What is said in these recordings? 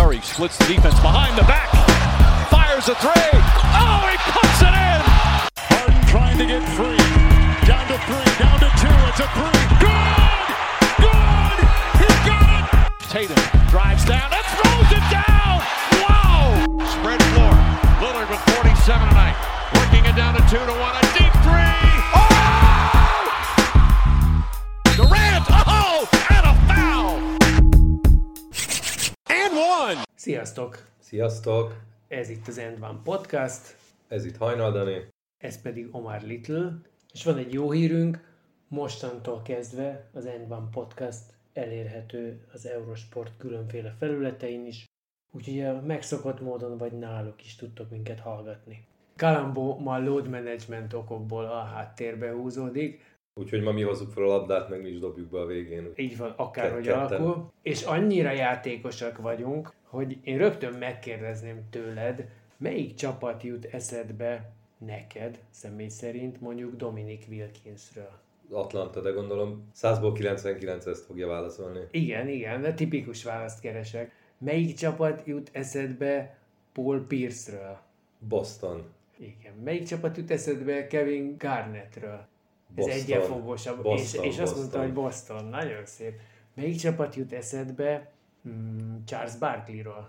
Murray splits the defense behind the back. Fires a three. Oh, he puts it in. Harden trying to get free. Down to three, down to two. It's a three. Good! Good! He got it! Tatum drives down and throws it down. Wow! Spread floor. Lillard with 47 tonight. Working it down to 2-1. A deep three. Oh! Durant. Oh! And a foul. And one. Sziasztok! Sziasztok! Ez itt az End One Podcast, Ez itt Hajnal Dani. ez pedig Omar Little, és van egy jó hírünk, mostantól kezdve az End One Podcast elérhető az Eurosport különféle felületein is, úgyhogy a megszokott módon vagy náluk is tudtok minket hallgatni. Kalambó ma load management okokból a háttérbe húzódik, Úgyhogy ma mi hozzuk fel a labdát, meg mi is dobjuk be a végén. így van, akárhogy Ketten. alakul, és annyira játékosak vagyunk, hogy én rögtön megkérdezném tőled, melyik csapat jut eszedbe neked, személy szerint, mondjuk Dominic Wilkinsről. Atlanta, de gondolom 100-ból 99 ezt fogja válaszolni. Igen, de tipikus választ keresek. Melyik csapat jut eszedbe Paul Pierce-ről? Boston. Igen. Melyik csapat jut eszedbe Kevin Garnettről? Ez Boston. egyenfogosabb. Boston, És azt mondta, Boston. hogy Boston. Nagyon szép. Melyik csapat jut eszedbe Charles Barkleyról?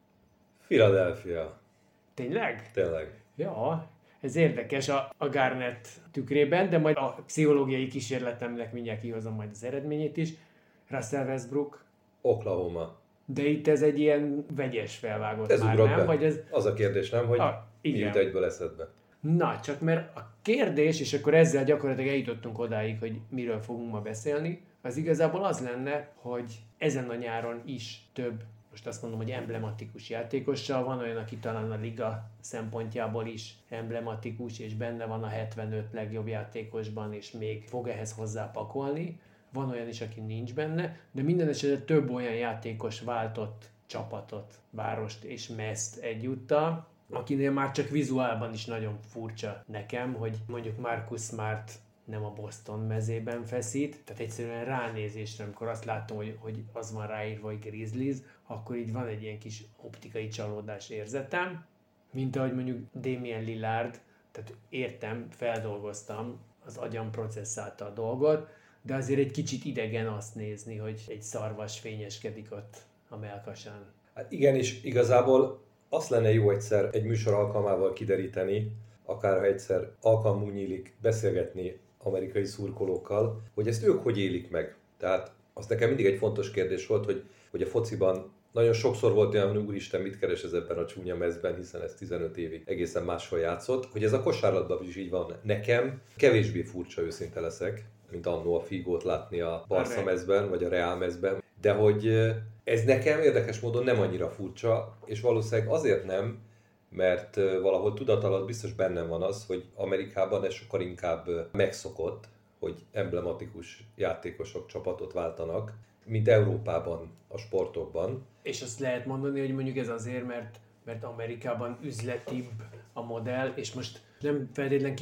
Philadelphia. Tényleg? Tényleg. Ja, ez érdekes a Garnett tükrében, de majd a pszichológiai kísérletemnek mindjárt kihozom majd az eredményét is. Russell Westbrook, Oklahoma. de itt ez egy ilyen vegyes felvágott Ez már, ugrott nem? be. Vagy ez... Az a kérdés, nem? Hogy mi igen. jut egyből eszedbe. Na, csak mert a kérdés, és akkor ezzel gyakorlatilag eljutottunk odáig, hogy miről fogunk ma beszélni, az igazából az lenne, hogy ezen a nyáron is több, most azt mondom, hogy emblematikus játékossal van olyan, aki talán a liga szempontjából is emblematikus, és benne van a 75 legjobb játékosban, és még fog ehhez hozzápakolni. Van olyan is, aki nincs benne, de minden esetre több olyan játékos váltott csapatot, várost és mezt egyúttal, akinél már csak vizuálban is nagyon furcsa nekem, hogy mondjuk Marcus Smart nem a Boston mezében feszít, tehát egyszerűen ránézésre, amikor azt látom, hogy az van ráírva, hogy Grizzlies, akkor így van egy ilyen kis optikai csalódás érzetem, mint ahogy mondjuk Damian Lillard, tehát értem, feldolgoztam, az agyam processzálta a dolgot, de azért egy kicsit idegen azt nézni, hogy egy szarvas fényeskedik ott a mellkasán. Hát igen, és igazából azt lenne jó egyszer egy műsor alkalmával kideríteni, akár ha egyszer alkalmunk nyílik beszélgetni amerikai szurkolókkal, hogy ezt ők hogy élik meg. Tehát az nekem mindig egy fontos kérdés volt, hogy a fociban nagyon sokszor volt olyan, hogy úristen, mit keres ez ebben a csúnya mezben, hiszen ez 15 évig egészen máshol játszott, hogy ez a kosárlabdában is így van. Nekem kevésbé furcsa, őszinte leszek, mint annó a Figót látni a Barca mezben, vagy a Real mezben, de hogy ez nekem érdekes módon nem annyira furcsa, és valószínűleg azért nem, mert valahol tudat alatt biztos bennem van az, hogy Amerikában ez sokkal inkább megszokott, hogy emblematikus játékosok csapatot váltanak, mint Európában a sportokban. És azt lehet mondani, hogy mondjuk ez azért, mert Amerikában üzletibb a modell, és most nem feltétlenül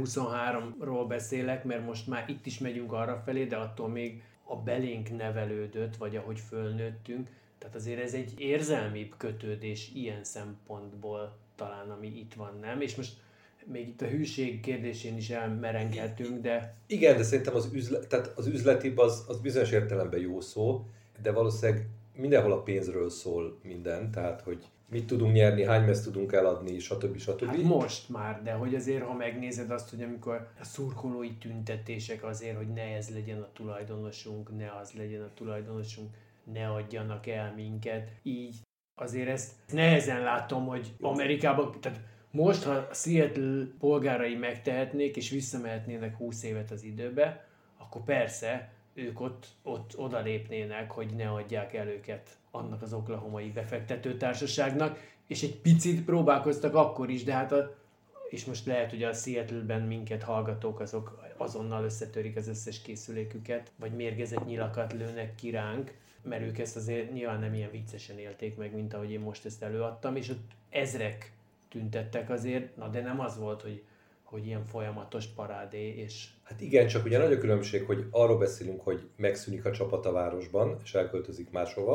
2023-ról beszélek, mert most már itt is megyünk arra felé, de attól még a belénk nevelődött, vagy ahogy fölnőttünk. Tehát azért ez egy érzelmibb kötődés ilyen szempontból talán, ami itt van, nem? És most még itt a hűség kérdésén is elmerenghetünk, de... Igen, de szerintem az üzletibb az bizonyos értelemben jó szó, de valószínűleg mindenhol a pénzről szól minden, tehát hogy mit tudunk nyerni, hány mezt tudunk eladni, stb. Hát most már, de hogy azért, ha megnézed azt, hogy amikor a szurkolói tüntetések azért, hogy ne ez legyen a tulajdonosunk, ne az legyen a tulajdonosunk, ne adjanak el minket, így azért ezt nehezen látom, hogy Amerikában, tehát most, ha a Seattle polgárai megtehetnék, és visszamehetnének 20 évet az időbe, akkor persze ők ott odalépnének, hogy ne adják el őket annak az oklahomai befektetőtársaságnak, és egy picit próbálkoztak akkor is, de hát és most lehet, hogy a Seattle-ben minket hallgatók, azok azonnal összetörik az összes készüléküket, vagy mérgezett nyilakat lőnek ki ránk, mert ők ezt azért nyilván nem ilyen viccesen élték meg, mint ahogy én most ezt előadtam, és ott ezrek tüntettek azért, na de nem az volt, hogy ilyen folyamatos parádé, és... Hát igen, csak ugye nagy a különbség, hogy arról beszélünk, hogy megszűnik a csapat a városban, és elköltözik máshova,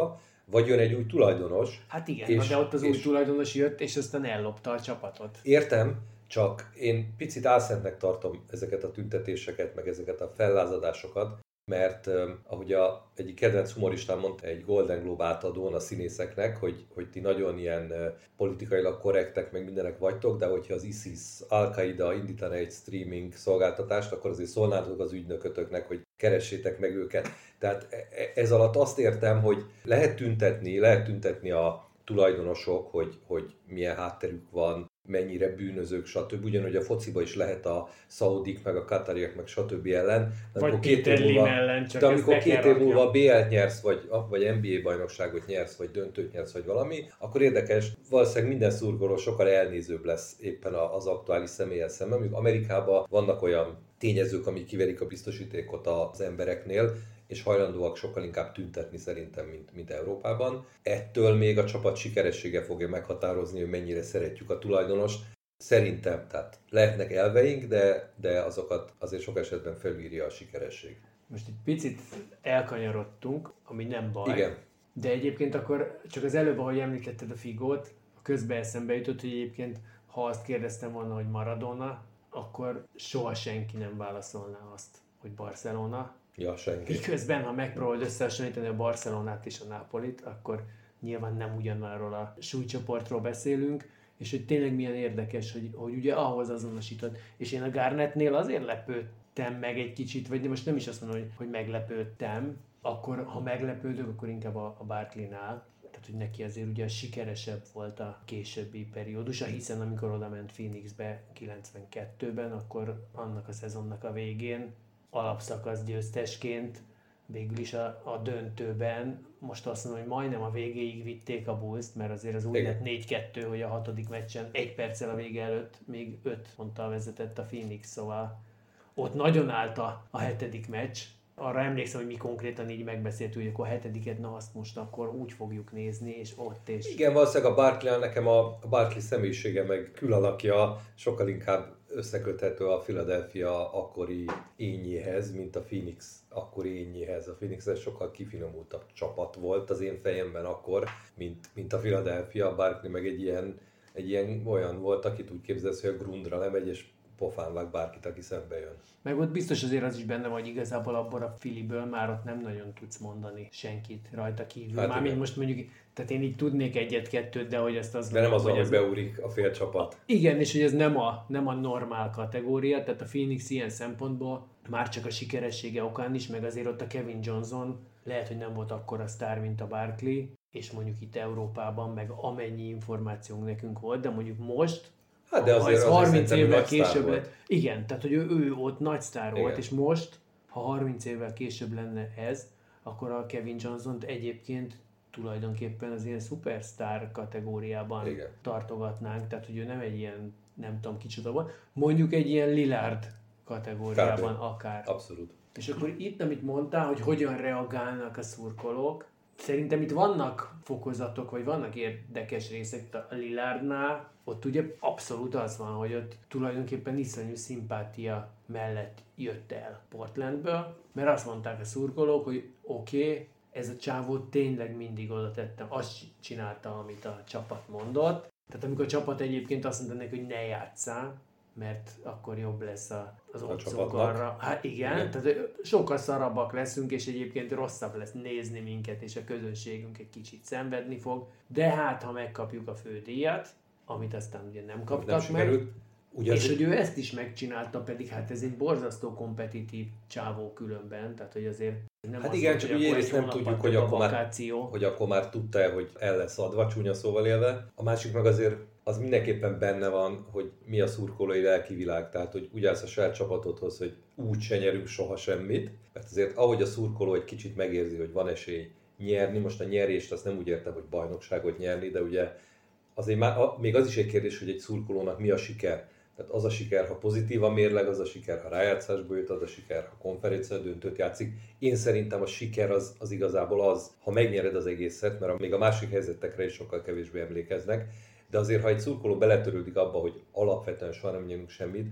vagy jön egy új tulajdonos. Hát igen, de ott az új tulajdonos jött, és aztán ellopta a csapatot. Értem, csak én picit álszentnek tartom ezeket a tüntetéseket, meg ezeket a fellázadásokat, mert ahogy egyik kedvenc humoristán mondta egy Golden Globe átadón a színészeknek, hogy ti nagyon ilyen politikailag korrektek, meg mindenek vagytok, de hogyha az ISIS, Al-Qaida indítana egy streaming szolgáltatást, akkor azért szólnátok az ügynökötöknek, hogy keressétek meg őket. Tehát ez alatt azt értem, hogy lehet tüntetni a tulajdonosok, hogy milyen hátterük van, mennyire bűnözők, stb. Ugyanúgy a fociba is lehet a szaudik, meg a katariak, meg stb. Ellen. De vagy Peter Lim ellen, csak amikor 2 év múlva BL-t nyersz, vagy NBA bajnokságot nyersz, vagy döntőt nyersz, vagy valami, akkor érdekes, valószínűleg minden szurkoló sokkal elnézőbb lesz éppen az aktuális személlyel szemben. Mondjuk Amerikában vannak olyan tényezők, amik kiverik a biztosítékot az embereknél, és hajlandóak sokkal inkább tüntetni szerintem, mint Európában. Ettől még a csapat sikeressége fogja meghatározni, hogy mennyire szeretjük a tulajdonost. Szerintem, tehát lehetnek elveink, de azokat azért sok esetben felülírja a sikeresség. Most egy picit elkanyarodtunk, ami nem baj. Igen. De egyébként akkor csak az előbb, ahogy említetted a Figót, közben eszembe jutott, hogy egyébként ha azt kérdeztem volna, hogy Maradona, akkor soha senki nem válaszolná azt, hogy Barcelona. Ja, senki. Miközben, ha megpróbálod összehasonlítani a Barcelonát és a Napolit, akkor nyilván nem ugyanarról a súlycsoportról beszélünk, és hogy tényleg milyen érdekes, hogy ugye ahhoz azonosított. És én a Garnettnél azért lepődtem meg egy kicsit, vagy most nem is azt mondom, hogy meglepődtem, akkor ha meglepődök, akkor inkább a Barkley-nál. Tehát, hogy neki azért ugye sikeresebb volt a későbbi periódusa, hiszen amikor oda ment Phoenixbe 92-ben, akkor annak a szezonnak a végén alapszakasz győztesként végül is a döntőben, most azt mondom, hogy majdnem a végéig vitték a Bulls-t, mert azért az úgy lett 4-2, hogy a 6. meccsen 1 perccel a vége előtt még 5 ponttal vezetett a Phoenix, szóval ott nagyon állt a 7. meccs. Arra emlékszem, hogy mi konkrétan így megbeszéltük, hogy akkor a 7-et, na azt most akkor úgy fogjuk nézni, és ott és... Igen, valószínűleg a Barkley, nekem a Barkley személyisége meg külalakja sokkal inkább összeköthető a Philadelphia akkori énjéhez, mint a Phoenix akkori énjéhez. A Phoenix egy sokkal kifinomultabb csapat volt az én fejemben akkor, mint a Philadelphia. A Barkley meg egy ilyen olyan volt, akit úgy képzelsz, hogy a grundra lemegy, és pofán vág bárkit, aki szembe jön. Meg ott biztos azért az is benne van, hogy igazából abból a Filiből már ott nem nagyon tudsz mondani senkit rajta kívül. Hát mármint most mondjuk, tehát én így tudnék 1-2, de hogy ezt az... De nem az, hogy beúrik a fél csapat. Igen, és hogy ez nem a normál kategória, tehát a Phoenix ilyen szempontból már csak a sikeressége okán is, meg azért ott a Kevin Johnson lehet, hogy nem volt akkora sztár, mint a Barkley, és mondjuk itt Európában, meg amennyi információnk nekünk volt, de mondjuk most, hát de azért 30 évvel később lett. Igen, tehát hogy ő ott nagy sztár volt, és most, ha 30 évvel később lenne ez, akkor a Kevin Johnson-t egyébként tulajdonképpen az ilyen szupersztár kategóriában tartogatnánk, tehát hogy ő nem egy ilyen, nem tudom kicsoda volt, mondjuk egy ilyen Lillard kategóriában akár. Abszolút. És akkor itt, amit mondtál, hogy hogyan reagálnak a szurkolók, szerintem itt vannak fokozatok, vagy vannak érdekes részek a Lillardnál, ott ugye abszolút az van, hogy ott tulajdonképpen iszonyú szimpátia mellett jött el Portlandből, mert azt mondták a szurkolók, hogy oké, ez a csávó tényleg mindig oda tettem, azt csinálta, amit a csapat mondott. Tehát amikor a csapat egyébként azt mondta neki, hogy ne játsszál, mert akkor jobb lesz az otcok arra. Hát igen, tehát sokkal szarabbak leszünk, és egyébként rosszabb lesz nézni minket, és a közönségünk egy kicsit szenvedni fog. De hát, ha megkapjuk a fődíjat, amit aztán ugye nem kaptak meg, és hogy ő ezt is megcsinálta, pedig hát ez egy borzasztó kompetitív csávó különben, tehát hogy azért nem hát igen, csak ugye nem tudjuk, hogy akkor már tudta-e, hogy el lesz adva, csúnya szóval élve. A másik meg azért az mindenképpen benne van, hogy mi a szurkolói lelkivilág, tehát hogy úgy állsz a saját csapatodhoz, hogy úgy se nyerünk soha semmit, mert azért ahogy a szurkoló egy kicsit megérzi, hogy van esély nyerni, most a nyerést azt nem úgy értem, hogy bajnokságot nyerni, de ugye azért már még az is egy kérdés, hogy egy szurkolónak mi a siker. Tehát az a siker, ha pozitív a mérleg, az a siker, ha rájátszásból jut, az a siker, ha konferencia döntőt játszik. Én szerintem a siker az igazából az, ha megnyered az egészet, mert még a másik helyzetekre is sokkal kevésbé emlékeznek, de azért, ha egy szurkoló beletörődik abba, hogy alapvetően soha nem nyerünk semmit,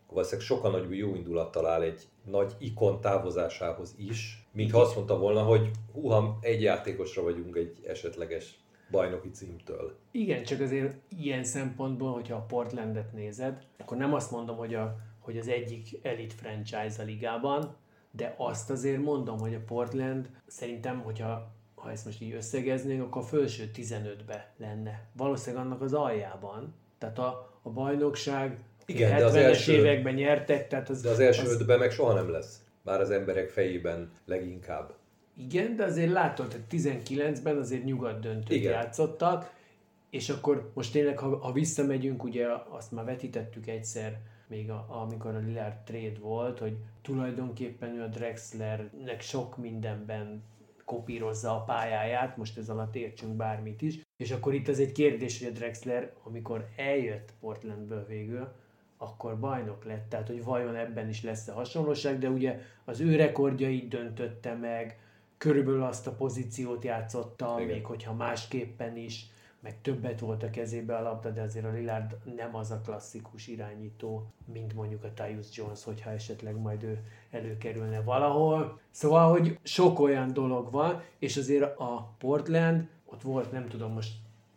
akkor valószínűleg sokkal nagyobb jó indulattal áll egy nagy ikon távozásához is, mint ha azt mondta volna, hogy húha, egy játékosra vagyunk egy esetleges bajnoki címtől. Igen, csak azért ilyen szempontból, hogyha a Portlandet nézed, akkor nem azt mondom, hogy az egyik elit franchise a ligában, de azt azért mondom, hogy a Portland szerintem, ha ezt most így összegeznénk, akkor a felső 15-be lenne. Valószínűleg annak az aljában. Tehát a bajnokság igen, 70-es években nyertek. Tehát de az első 5-ben meg soha nem lesz. Már az emberek fejében leginkább. Igen, de azért látod, hogy 19-ben azért nyugat döntőt játszottak, és akkor most tényleg, ha visszamegyünk, ugye azt már vetítettük egyszer, még amikor a Lillard trade volt, hogy tulajdonképpen ő a Drexlernek sok mindenben kopírozza a pályáját, most ez alatt értsünk bármit is, és akkor itt az egy kérdés, hogy a Drexler, amikor eljött Portlandből végül, akkor bajnok lett, tehát hogy vajon ebben is lesz-e hasonlóság, de ugye az ő rekordjait döntötte meg, körülbelül azt a pozíciót játszotta, igen, még hogyha másképpen is, meg többet volt a kezébe a labda, de azért a Lillard nem az a klasszikus irányító, mint mondjuk a Tyus Jones, hogyha esetleg majd ő előkerülne valahol. Szóval, hogy sok olyan dolog van, és azért a Portland, ott volt nem tudom most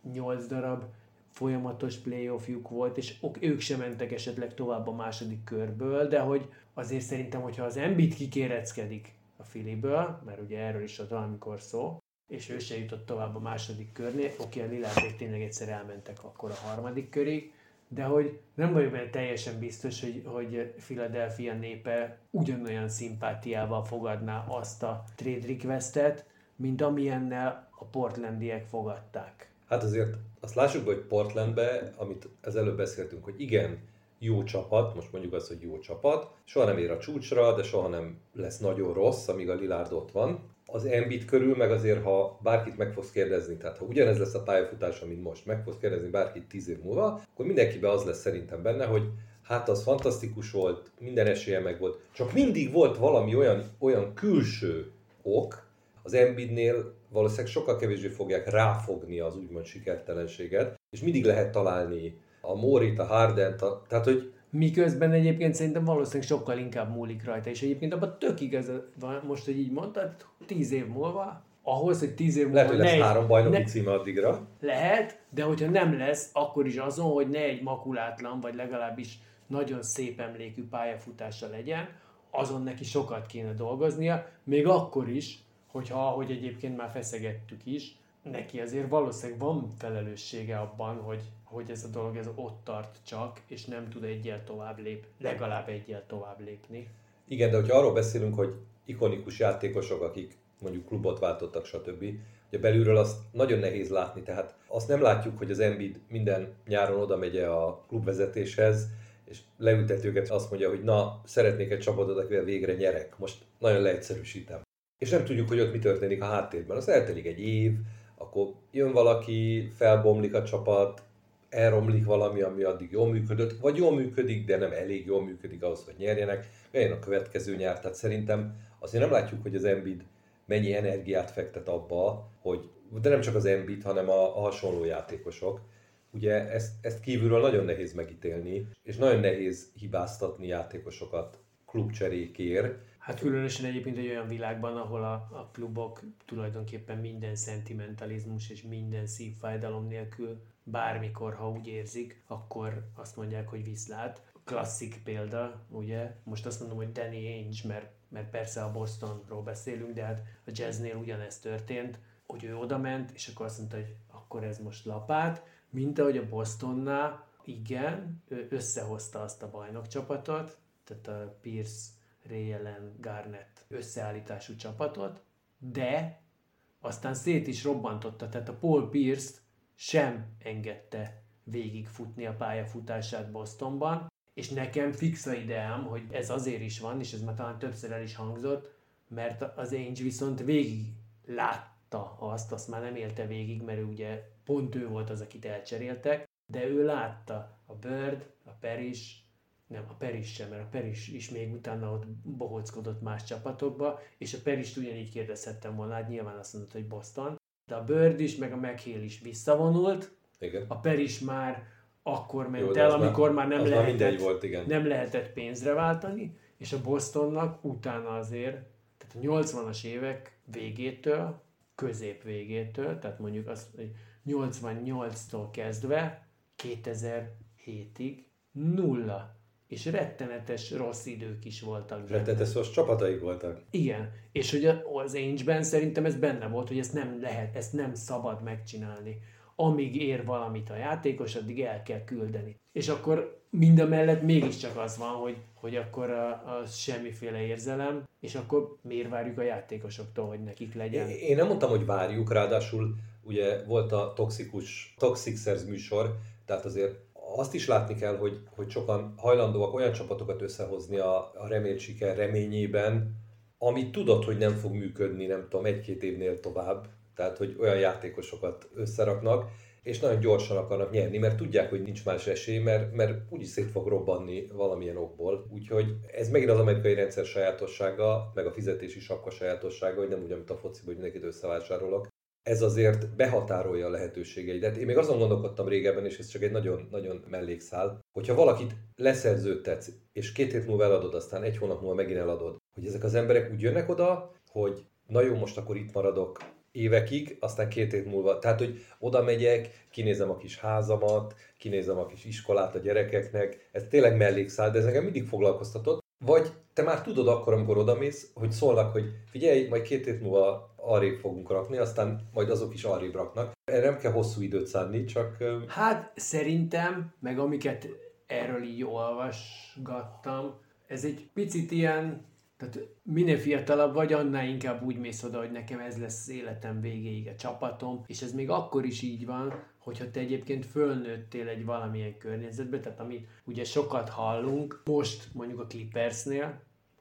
8 darab folyamatos playoffjuk volt, és ők sem mentek esetleg tovább a második körből, de hogy azért szerintem, hogyha az Embiid kikéreckedik a Philly-ből, mert ugye erről is volt valamikor szó, és ő se jutott tovább a második körnél, oké, a Lillardék tényleg egyszer elmentek akkor a harmadik körig, de hogy nem vagyok benne teljesen biztos, hogy Philadelphia népe ugyanolyan szimpátiával fogadná azt a trade requestet, mint amilyennel a portlandiek fogadták. Hát azért azt lássuk, hogy Portlandbe, amit az előbb beszéltünk, hogy igen, jó csapat, most mondjuk azt, hogy jó csapat, soha nem ér a csúcsra, de soha nem lesz nagyon rossz, amíg a Lillard ott van. Az Embiid körül meg azért, ha bárkit meg fogsz kérdezni, tehát ha ugyanez lesz a pályafutása, mint most, meg fogsz kérdezni bárkit 10 év múlva, akkor mindenkiben az lesz szerintem benne, hogy hát az fantasztikus volt, minden esélye meg volt, csak mindig volt valami olyan külső ok, az Embiidnél valószínűleg sokkal kevésbé fogják ráfogni az úgymond sikertelenséget, és mindig lehet találni a Mórit, a Hardent, tehát hogy... Miközben egyébként szerintem valószínűleg sokkal inkább múlik rajta, és egyébként abban tök igaz van, most, hogy így mondtad, 10 év múlva, ahhoz, hogy 10 év múlva... Lehet, hogy lesz 3 bajnoki címe addigra. Lehet, de hogyha nem lesz, akkor is azon, hogy ne egy makulátlan, vagy legalábbis nagyon szép emlékű pályafutása legyen, azon neki sokat kéne dolgoznia, még akkor is, hogyha, ahogy egyébként már feszegettük is, neki azért valószínűleg van felelőssége abban, hogy ez a dolog ez ott tart csak, és nem tud legalább egyel tovább lépni. Igen, de hogyha arról beszélünk, hogy ikonikus játékosok, akik mondjuk klubot váltottak, stb., ugye belülről azt nagyon nehéz látni, tehát azt nem látjuk, hogy az Embiid minden nyáron oda megy a klubvezetéshez, és leültet őket, azt mondja, hogy na, szeretnék egy csapatot, akivel végre nyerek. Most nagyon leegyszerűsítem. És nem tudjuk, hogy ott mi történik a háttérben. Az eltelik egy év, akkor jön valaki, felbomlik a csapat, elromlik valami, ami addig jól működött, vagy jól működik, de nem elég jól működik ahhoz, hogy nyerjenek. Jön a következő nyár, tehát szerintem azért nem látjuk, hogy az Embiid mennyi energiát fektet abba, hogy, de nem csak az Embiid, hanem a hasonló játékosok. Ugye ezt kívülről nagyon nehéz megítélni, és nagyon nehéz hibáztatni játékosokat klubcserékért. Hát különösen egyébként egy olyan világban, ahol a klubok tulajdonképpen minden szentimentalizmus és minden szívfájdalom nélkül bármikor, ha úgy érzik, akkor azt mondják, hogy viszlát. Klasszik példa, ugye? Most azt mondom, hogy Danny Ainge, mert persze a Bostonról beszélünk, de hát a Jazznél ugyanezt történt, hogy ő odament, és akkor azt mondta, hogy akkor ez most lapát, mint ahogy a Bostonnál, igen, ő összehozta azt a bajnokcsapatot, tehát a Pierce, Ray Allen, Garnett összeállítású csapatot, de aztán szét is robbantotta, tehát a Paul Pierce-t sem engedte végigfutni a pályafutását Bostonban, és nekem fix a ideám, hogy ez azért is van, és ez már talán többször el is hangzott, mert az Ainge viszont végig látta azt már nem élte végig, mert ő ugye pont ő volt az, akit elcseréltek, de ő látta a Bird, a Parrish, nem, a Parrish sem, mert a Parrish is még utána ott bohóckodott más csapatokba, és a Parrish-t ugyanígy kérdezhettem volna, hát nyilván azt mondta, hogy Boston, de a Bird is, meg a McHale is visszavonult, igen. A Parrish már akkor ment el, amikor már nem lehetett pénzre váltani, és a Bostonnak utána azért, tehát a 80-as évek végétől, közép végétől, tehát mondjuk azt, hogy 88-tól kezdve 2007-ig nulla. És rettenetes rossz idők is voltak. Rettenetes rossz csapataik voltak. Igen. És hogy az Ainge-ben szerintem ez benne volt, hogy ezt nem lehet, ezt nem szabad megcsinálni. Amíg ér valamit a játékos, addig el kell küldeni. És akkor mindamellett mégiscsak az van, hogy akkor az semmiféle érzelem, és akkor miért várjuk a játékosoktól, hogy nekik legyen? Én nem mondtam, hogy várjuk, ráadásul ugye volt a Toxicers műsor, tehát azért azt is látni kell, hogy sokan hajlandóak olyan csapatokat összehozni a remélt siker reményében, amit tudod, hogy nem fog működni, nem tudom, 1-2 évnél tovább. Tehát, hogy olyan játékosokat összeraknak, és nagyon gyorsan akarnak nyerni, mert tudják, hogy nincs más esély, mert úgyis szét fog robbanni valamilyen okból. Úgyhogy ez megint az amerikai rendszer sajátossága, meg a fizetési sapka sajátossága, hogy nem úgy, amit a fociban, hogy mindenkit összevásárolok. Ez azért behatárolja a lehetőségeidet. Én még azon gondolkodtam régebben, és ez csak egy nagyon, nagyon mellékszál, hogyha valakit leszerződtetsz, és 2 hét múlva eladod, aztán 1 hónap múlva megint eladod, hogy ezek az emberek úgy jönnek oda, hogy na jó, most akkor itt maradok évekig, aztán 2 hét múlva, tehát hogy oda megyek, kinézem a kis házamat, kinézem a kis iskolát a gyerekeknek, ez tényleg mellékszál, de ez engem mindig foglalkoztatott. Vagy te már tudod akkor, amikor odamész, hogy szólnak, hogy figyelj, majd 2 hét múlva arrébb fogunk rakni, aztán majd azok is arrébb raknak. Erre nem kell hosszú időt szánni, csak... Hát szerintem, meg amiket erről így olvasgattam, ez egy picit ilyen, tehát minél fiatalabb vagy, annál inkább úgy mész oda, hogy nekem ez lesz az életem végéig a csapatom, és ez még akkor is így van, hogyha te egyébként fölnőttél egy valamilyen környezetbe, tehát amit ugye sokat hallunk, most mondjuk a Clippersnél,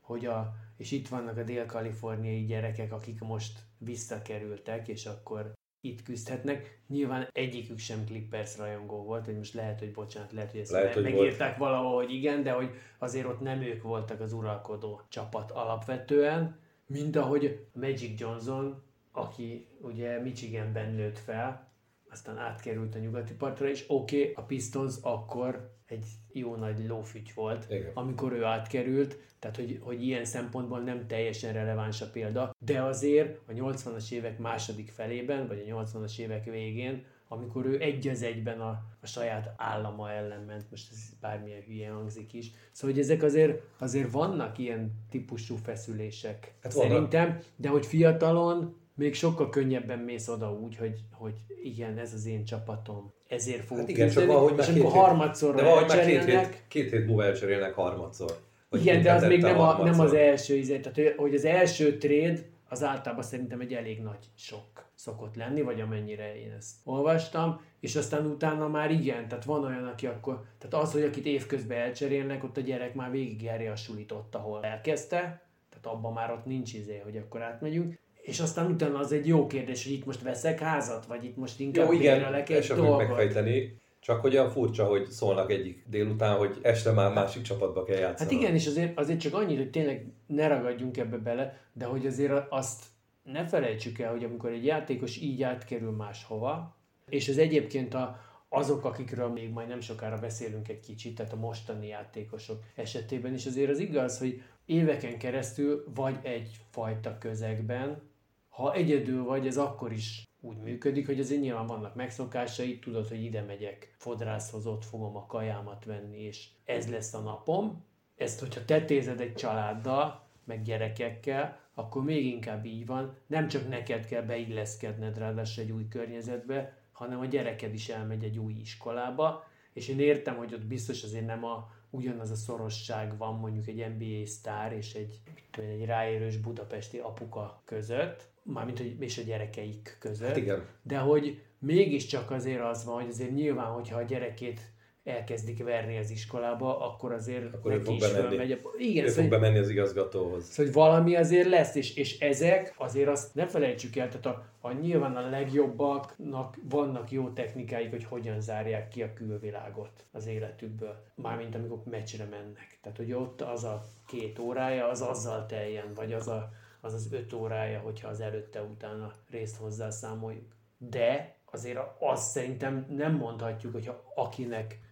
és itt vannak a dél-kaliforniai gyerekek, akik most visszakerültek, és akkor itt küzdhetnek. Nyilván egyikük sem Clippers rajongó volt, hogy most lehet, hogy ezt megírták valahol, hogy igen, de hogy azért ott nem ők voltak az uralkodó csapat alapvetően, mint ahogy Magic Johnson, aki ugye Michiganben nőtt fel, aztán átkerült a nyugati partra, és oké, a Pistons akkor egy jó nagy lófügy volt, igen, amikor ő átkerült, tehát hogy ilyen szempontból nem teljesen releváns a példa, de azért a 80-as évek második felében, vagy a 80-as évek végén, amikor ő 1-1-ben a saját állama ellen ment, most ez bármilyen hülye hangzik is. Szóval, hogy ezek azért vannak ilyen típusú feszülések, hát szerintem, vannak. De hogy fiatalon még sokkal könnyebben mész oda úgy, hogy igen, ez az én csapatom, ezért fogok küzdeni, és amikor harmadszorra elcserélnek... 2 hét múlva elcserélnek harmadszor. Igen, de az még nem az első tehát hogy az első trade, az általában szerintem egy elég nagy sok szokott lenni, vagy amennyire én ezt olvastam, és aztán utána már igen, tehát van olyan, aki akkor, tehát az, hogy akit évközben elcserélnek, ott a gyerek már végigjárja a sulit ott, ahol elkezdte, tehát abban már ott nincs hogy akkor átmegyünk. És aztán utána az egy jó kérdés, hogy itt most veszek házat, vagy itt most inkább bérelek egy dolgot. Megfejteni, csak hogy olyan furcsa, hogy szólnak egyik délután, hogy este már másik csapatba kell játszani. Hát igen, és azért csak annyit, hogy tényleg ne ragadjunk ebbe bele, de hogy azért azt ne felejtsük el, hogy amikor egy játékos így átkerül máshova, és ez egyébként azok, akikről még majd nem sokára beszélünk egy kicsit, tehát a mostani játékosok esetében is azért az igaz, hogy éveken keresztül vagy egyfajta közegben, ha egyedül vagy, ez akkor is úgy működik, hogy azért nyilván vannak megszokásai, tudod, hogy ide megyek fodrászhoz, ott fogom a kajámat venni, és ez lesz a napom. Ezt, hogyha tetézed egy családdal, meg gyerekekkel, akkor még inkább így van. Nem csak neked kell beilleszkedned ráadásul egy új környezetbe, hanem a gyereked is elmegy egy új iskolába, és én értem, hogy ott biztos azért nem ugyanaz a szorosság van mondjuk egy NBA sztár és egy ráérős budapesti apuka között, mármint és a gyerekeik között, hát igen. De hogy mégiscsak azért az van, hogy azért nyilván, hogyha a gyerekét elkezdik verni az iskolába, akkor azért neki is fölmegy. Igen, ő fog bemenni az igazgatóhoz. Szóval, hogy valami azért lesz, és ezek azért azt ne felejtsük el, tehát nyilván a legjobbaknak vannak jó technikáik, hogy hogyan zárják ki a külvilágot az életükből. Mármint amikor meccsre mennek. Tehát, hogy ott az a 2 órája, az azzal teljen, vagy az 5 órája, hogyha az előtte-utána részt hozzászámoljuk. De azért azt szerintem nem mondhatjuk, hogyha akinek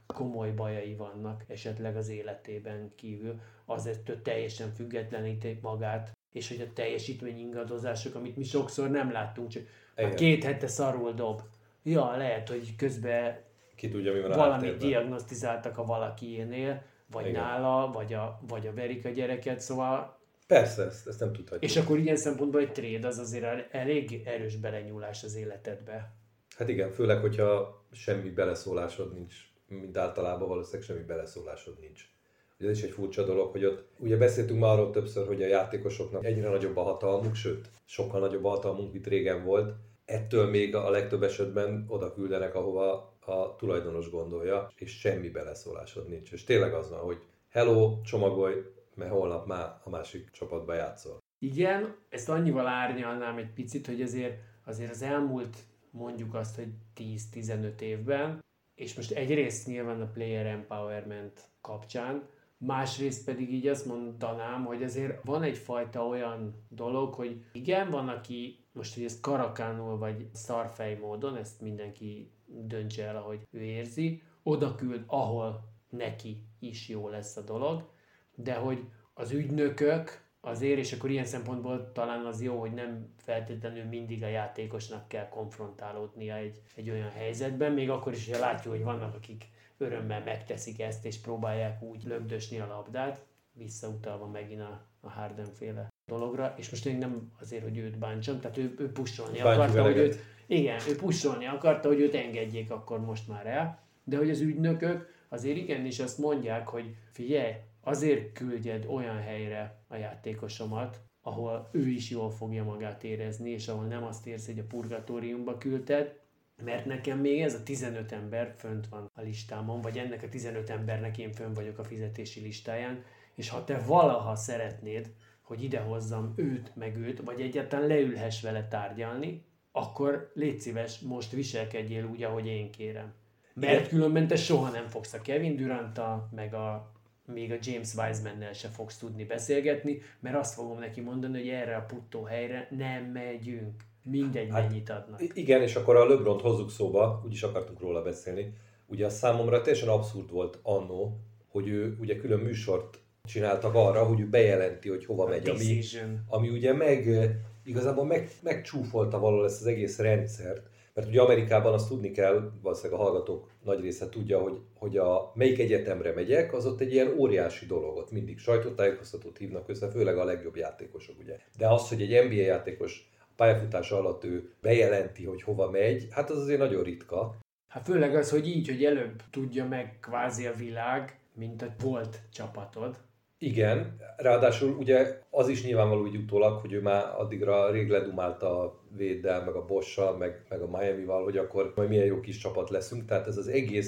komoly bajai vannak esetleg az életében kívül, azért teljesen függetlenítik magát, és hogy a teljesítmény ingadozások, amit mi sokszor nem láttunk, csak hát 2 hete szarul dob. Ja, lehet, hogy közben ki tudja, mi van valamit diagnosztizáltak a valakiénél, vagy igen. nála, vagy a verik a gyereket, szóval... Persze, ezt nem tudhatjuk. És akkor ilyen szempontból egy trade az azért elég erős belenyúlás az életedbe. Hát igen, főleg, hogyha semmi beleszólásod nincs, mint általában valószínűleg semmi beleszólásod nincs. Ez is egy furcsa dolog, hogy ott ugye beszéltünk már arról többször, hogy a játékosoknak egyre nagyobb a hatalmuk, sőt, sokkal nagyobb a hatalmunk, mint régen volt. Ettől még a legtöbb esetben oda küldenek, ahova a tulajdonos gondolja, és semmi beleszólásod nincs. És tényleg az van, hogy hello, csomagolj, mert holnap már a másik csapatba játszol. Igen, ezt annyival árnyalnám egy picit, hogy azért az elmúlt mondjuk azt, hogy 10-15 évben, és most egyrészt nyilván a player empowerment kapcsán, másrészt pedig így azt mondanám, hogy azért van egyfajta olyan dolog, hogy igen, van, aki most, hogy ezt karakánul vagy szarfej módon, ezt mindenki döntse el, ahogy ő érzi, oda küld, ahol neki is jó lesz a dolog, de hogy az ügynökök azért, és akkor ilyen szempontból talán az jó, hogy nem feltétlenül mindig a játékosnak kell konfrontálódnia egy olyan helyzetben, még akkor is, hogy látjuk, hogy vannak, akik örömmel megteszik ezt, és próbálják úgy lögdösni a labdát, visszautalva megint a Harden-féle dologra, és most én nem azért, hogy őt bántsam, tehát ő pusolni akarta, hogy őt, igen, ő pusolni akarta, hogy őt engedjék akkor most már el, de hogy az ügynökök azért igenis azt mondják, hogy figyelj, azért küldjed olyan helyre a játékosomat, ahol ő is jól fogja magát érezni, és ahol nem azt érzi, hogy a purgatóriumba küldted, mert nekem még ez a 15 ember fönt van a listámon, vagy ennek a 15 embernek én fönn vagyok a fizetési listáján, és ha te valaha szeretnéd, hogy idehozzam őt meg őt, vagy egyáltalán leülhess vele tárgyalni, akkor légy szíves, most viselkedjél úgy, ahogy én kérem. Mert különben te soha nem fogsz a Kevin Duranttal, meg még a James Wisemannel se fogsz tudni beszélgetni, mert azt fogom neki mondani, hogy erre a puttó helyre nem megyünk. Mindegy, mennyit adnak. Igen, és akkor a LeBront hozzuk szóba, úgyis akartunk róla beszélni. Ugye a számomra teljesen abszurd volt annó, hogy ő ugye külön műsort csináltak arra, hogy ő bejelenti, hogy hova megy, ami ugye igazából megcsúfolta valahol ezt az egész rendszert, mert ugye Amerikában azt tudni kell, valószínűleg a hallgatók nagy része tudja, hogy melyik egyetemre megyek, az ott egy ilyen óriási dolog, ott mindig sajtótájékoztatót hívnak össze, főleg a legjobb játékosok, ugye. De az, hogy egy NBA játékos pályafutása alatt ő bejelenti, hogy hova megy, hát az azért nagyon ritka. Hát főleg az, hogy így, hogy előbb tudja meg kvázi a világ, mint a volt csapatod. Igen, ráadásul ugye az is nyilvánvaló úgy utólag, hogy ő már addigra rég ledumálta a Wade-del, meg a Bosch-sal, meg a Miami-val, hogy akkor majd milyen jó kis csapat leszünk. Tehát ez az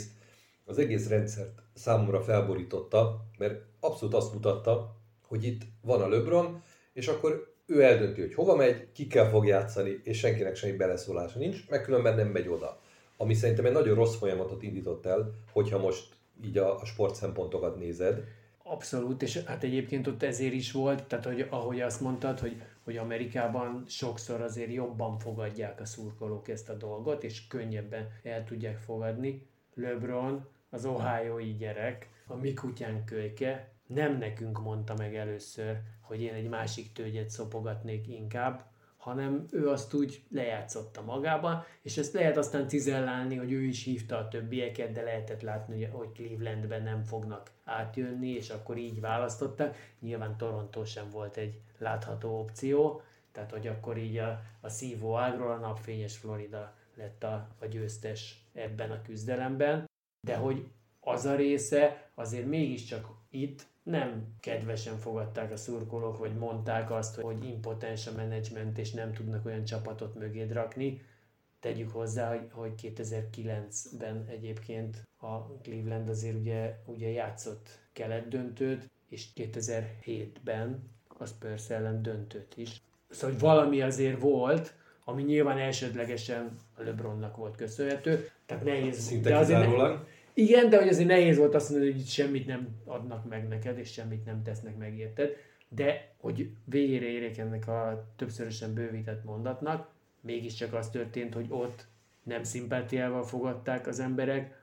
egész rendszert számomra felborította, mert abszolút azt mutatta, hogy itt van a LeBron, és akkor ő eldönti, hogy hova megy, kikkel fog játszani, és senkinek semmi beleszólása nincs, meg különben nem megy oda. Ami szerintem egy nagyon rossz folyamatot indított el, hogyha most így a sportszempontokat nézed. Abszolút, és hát egyébként ott ezért is volt, tehát hogy ahogy azt mondtad, hogy Amerikában sokszor azért jobban fogadják a szurkolók ezt a dolgot, és könnyebben el tudják fogadni. LeBron, az ohiói gyerek, a mi kutyánk kölyke, nem nekünk mondta meg először, hogy én egy másik tőgyet szopogatnék inkább, hanem ő azt úgy lejátszotta magában, és ezt lehet aztán cizellálni, hogy ő is hívta a többieket, de lehetett látni, hogy Clevelandben nem fognak átjönni, és akkor így választották. Nyilván Toronto sem volt egy látható opció, tehát hogy akkor így a szívó ágról a napfényes Florida lett a győztes ebben a küzdelemben, de hogy az a része azért mégiscsak itt nem kedvesen fogadták a szurkolók, vagy mondták azt, hogy impotens a menedzsment, és nem tudnak olyan csapatot mögéd rakni. Tegyük hozzá, hogy 2009-ben egyébként a Cleveland azért ugye játszott kelet-döntőt, és 2007-ben a Spurs ellen döntőt is. Szóval hogy valami azért volt, ami nyilván elsődlegesen a LeBronnak volt köszönhető. Tehát nehéz. Szinte kizárólag. Igen, de hogy azért nehéz volt azt mondani, hogy semmit nem adnak meg neked, és semmit nem tesznek meg érted. De hogy végére érjek ennek a többszörösen bővített mondatnak, mégiscsak az történt, hogy ott nem szimpátiával fogadták az emberek,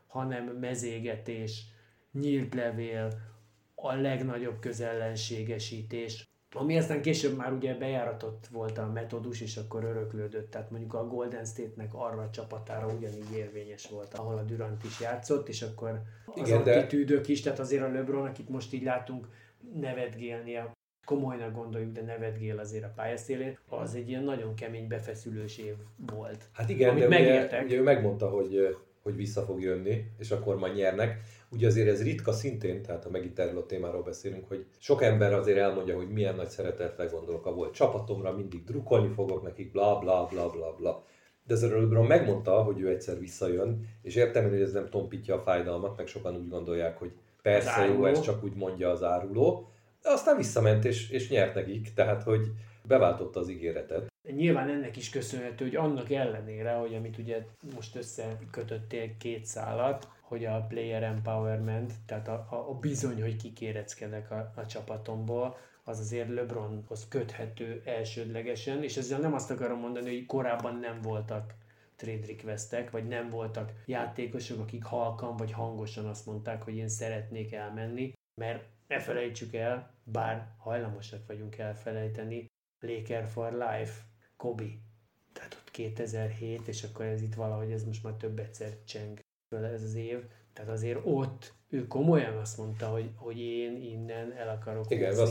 hanem mezégetés, nyílt levél, a legnagyobb közellenségesítés, ami aztán később már ugye bejáratott volt a metódus, és akkor öröklődött. Tehát mondjuk a Golden State-nek arra a csapatára ugyanígy érvényes volt, ahol a Durant is játszott, és akkor azon kitűdők is, tehát azért a LeBron, akit most így látunk nevetgélnie, komolynak gondoljuk, de nevetgél azért a pályaszélén, az egy ilyen nagyon kemény befeszülős év volt. Hát igen, de ugye ő megmondta, hogy vissza fog jönni, és akkor majd nyernek. Ugye azért ez ritka szintén, tehát ha megint erről a témáról beszélünk, hogy sok ember azért elmondja, hogy milyen nagy szeretettel gondolok a volt csapatomra, mindig drukkolni fogok nekik, bla bla bla bla bla. De azért LeBron megmondta, hogy ő egyszer visszajön, és értem, hogy ez nem tompítja a fájdalmat, meg sokan úgy gondolják, hogy persze jó, ez csak úgy mondja az áruló. De aztán visszament és nyert nekik, tehát hogy beváltotta az ígéretet. Nyilván ennek is köszönhető, hogy annak ellenére, hogy amit ugye most összekötöttél két szálat, hogy a player empowerment, tehát a bizony, hogy kikéreckedek a csapatomból, az azért LeBronhoz köthető elsődlegesen, és ezzel nem azt akarom mondani, hogy korábban nem voltak trade requestek, vagy nem voltak játékosok, akik halkan vagy hangosan azt mondták, hogy én szeretnék elmenni, mert ne felejtsük el, bár hajlamosak vagyunk elfelejteni, Laker for Life, Kobe. Tehát ott 2007, és akkor ez itt valahogy, ez most már több egyszer cseng ez az év. Tehát azért ott ő komolyan azt mondta, hogy én innen el akarok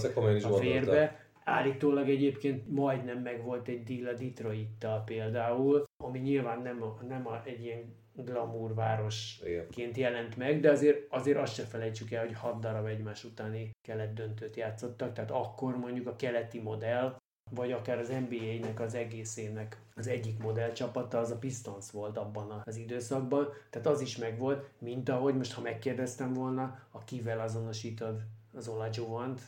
a vérbe. Állítólag egyébként majdnem megvolt egy deal a Detroit-tal például, ami nyilván nem egy ilyen glamour városként jelent meg, de azért azt se felejtsük el, hogy 6 darab egymás utáni kelet döntőt játszottak, tehát akkor mondjuk a keleti modell, vagy akár az NBA-nek az egészének az egyik modellcsapata, az a Pistons volt abban az időszakban, tehát az is megvolt, mint ahogy most, ha megkérdeztem volna, a kivel azonosítod az Olajuwont?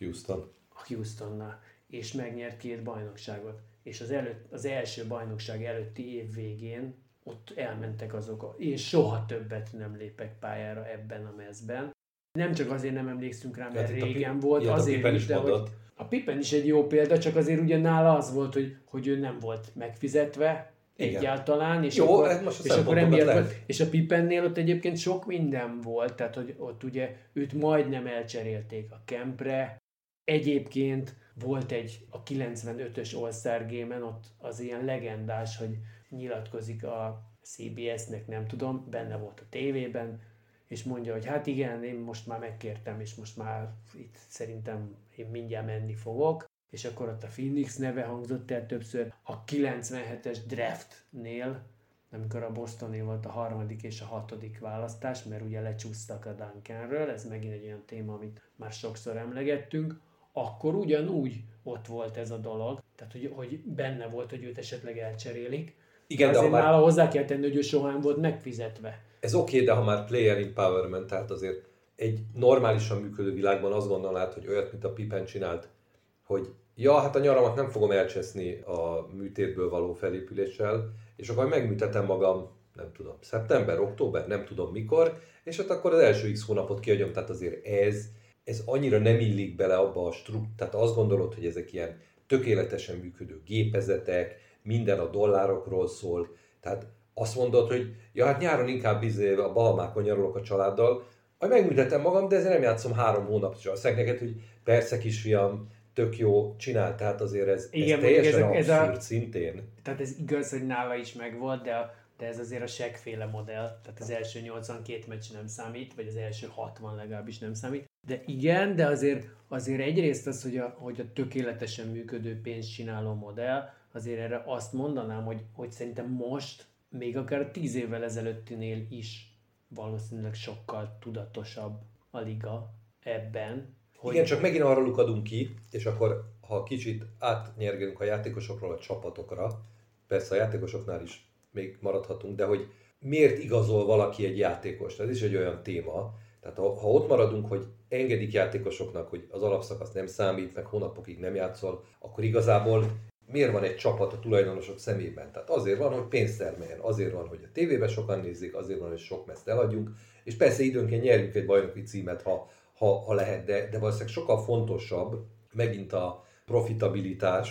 A Houstonnal, és megnyert 2 bajnokságot. És az első bajnokság előtti év végén ott elmentek azok, és soha többet nem lépek pályára ebben a mezben. Nem csak azért nem emlékszünk rá, mert régen volt, azért is, de hogy a Pippen is egy jó példa, csak azért ugye nála az volt, hogy ő nem volt megfizetve egyáltalán, és jó, akkor emiatt volt, és a Pippennél ott egyébként sok minden volt, tehát hogy ott ugye őt majdnem elcserélték a Kempre. Egyébként volt a 95-ös All-Star Game-en, ott az ilyen legendás, hogy nyilatkozik a CBS-nek, nem tudom, benne volt a tévében, és mondja, hogy hát igen, én most már megkértem, és most már itt szerintem én mindjárt menni fogok, és akkor ott a Phoenix neve hangzott el többször. A 97-es draftnél, amikor a Bostonél volt a 3. és a 6. választás, mert ugye lecsúsztak a Duncanről, ez megint egy olyan téma, amit már sokszor emlegettünk, akkor ugyanúgy ott volt ez a dolog, tehát hogy benne volt, hogy őt esetleg elcserélik. Igen, de azért nála hozzá kell tenni, hogy ő soha nem volt megfizetve. Ez oké, de ha már player empowerment, tehát azért egy normálisan működő világban azt gondolnád, hogy olyat, mint a Pippen csinált, hogy hát a nyaramat nem fogom elcseszni a műtétből való felépüléssel, és akkor megműtetem magam, nem tudom, szeptember, október, nem tudom mikor, és akkor az első X hónapot kiadjam, tehát azért ez annyira nem illik bele abba a tehát azt gondolod, hogy ezek ilyen tökéletesen működő gépezetek, minden a dollárokról szól, tehát azt mondod, hogy hát nyáron inkább a Bahamákon nyarulok a családdal, majd megműtettem magam, de ezért nem játszom 3 hónapot. Azt neked, hogy persze kisfiam, tök jó, csinál, tehát azért ez teljesen abszurd szintén. Tehát ez igaz, hogy nála is megvolt, de ez azért a Shaq-féle modell, tehát az első 82 meccs nem számít, vagy az első 60 legalábbis nem számít. De igen, de azért egyrészt az, hogy a tökéletesen működő pénzcsináló modell, azért erre azt mondanám, hogy szerintem most, még akár 10 évvel ezelőttinél is valószínűleg sokkal tudatosabb a liga ebben. Igen, csak megint arra lukadunk ki, és akkor ha kicsit átnyergelünk a játékosokról a csapatokra, persze a játékosoknál is még maradhatunk, de hogy miért igazol valaki egy játékost? Ez is egy olyan téma. Tehát ha ott maradunk, hogy engedik játékosoknak, hogy az alapszakasz nem számít, meg hónapokig nem játszol, akkor igazából miért van egy csapat a tulajdonosok szemében? Tehát azért van, hogy pénzt termeljen, azért van, hogy a tévében sokan nézik, azért van, hogy sok mezt eladjunk, és persze időnként nyerjünk egy bajnoki címet, ha lehet, de valószínűleg sokkal fontosabb megint a profitabilitás,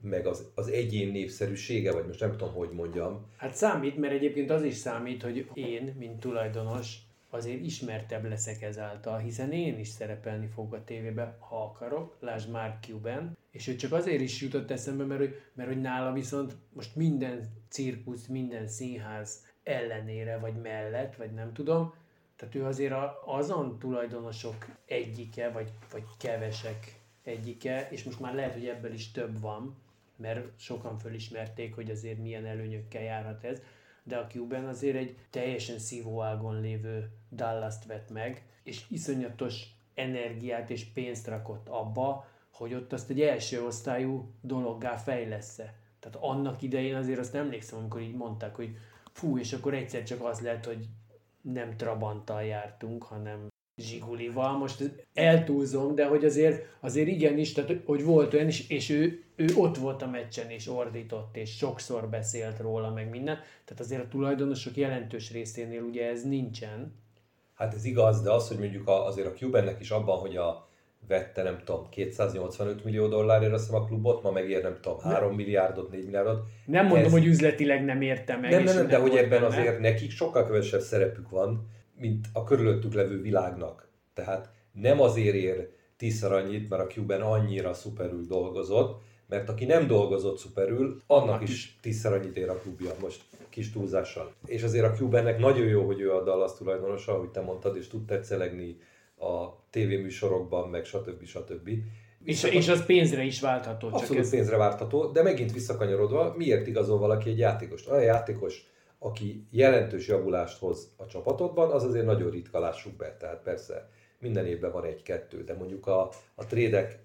meg az egyén népszerűsége, vagy most nem tudom, hogy mondjam. Hát számít, mert egyébként az is számít, hogy én, mint tulajdonos, azért ismertebb leszek ezáltal, hiszen én is szerepelni fogok a tévébe, ha akarok, lásd Mark Cuban, és ő csak azért is jutott eszembe, mert hogy nála viszont most minden cirkusz, minden színház ellenére, vagy mellett, vagy nem tudom, tehát ő azért azon tulajdonosok egyike, vagy kevesek egyike, és most már lehet, hogy ebből is több van, mert sokan fölismerték, hogy azért milyen előnyökkel járhat ez, de a Cuban azért egy teljesen szívóágon lévő Dallast vett meg, és iszonyatos energiát és pénzt rakott abba, hogy ott azt egy első osztályú dologgá fejlessze. Tehát annak idején azért azt emlékszem, amikor így mondták, hogy fú, és akkor egyszer csak az lett, hogy nem Trabanttal jártunk, hanem Zsigulival. Most eltúlzom, de hogy azért igenis, tehát hogy volt olyan is, és ő ott volt a meccsen, és ordított, és sokszor beszélt róla, meg minden. Tehát azért a tulajdonosok jelentős részénél ugye ez nincsen. Hát ez igaz, de az, hogy mondjuk azért a Cubannek is abban, hogy vette, nem tudom, $285 millió azt hiszem a klubot, ma megér, nem tudom, 3 milliárdot, 4 milliárdot. Nem mondom, hogy üzletileg nem érte meg. Nem, de hogy ebben azért nekik sokkal kevesebb szerepük van, mint a körülöttük levő világnak. Tehát nem azért ér 10-szer annyit, mert a Cuban annyira szuperül dolgozott, mert aki nem dolgozott szuperül, annak is 10-szer annyit ér a klubja, most kis túlzással. És azért a Cubannek nagyon jó, hogy ő a Dallas tulajdonosa, ahogy te mondtad, és tud tetszelegni a tévéműsorokban, meg stb. És az pénzre is váltható. Abszolút pénzre váltható, de megint visszakanyarodva, miért igazol valaki egy játékost? Olyan játékos, aki jelentős javulást hoz a csapatodban, az azért nagyon ritka, lássuk be. Tehát persze minden évben van 1-2, de mondjuk a trédek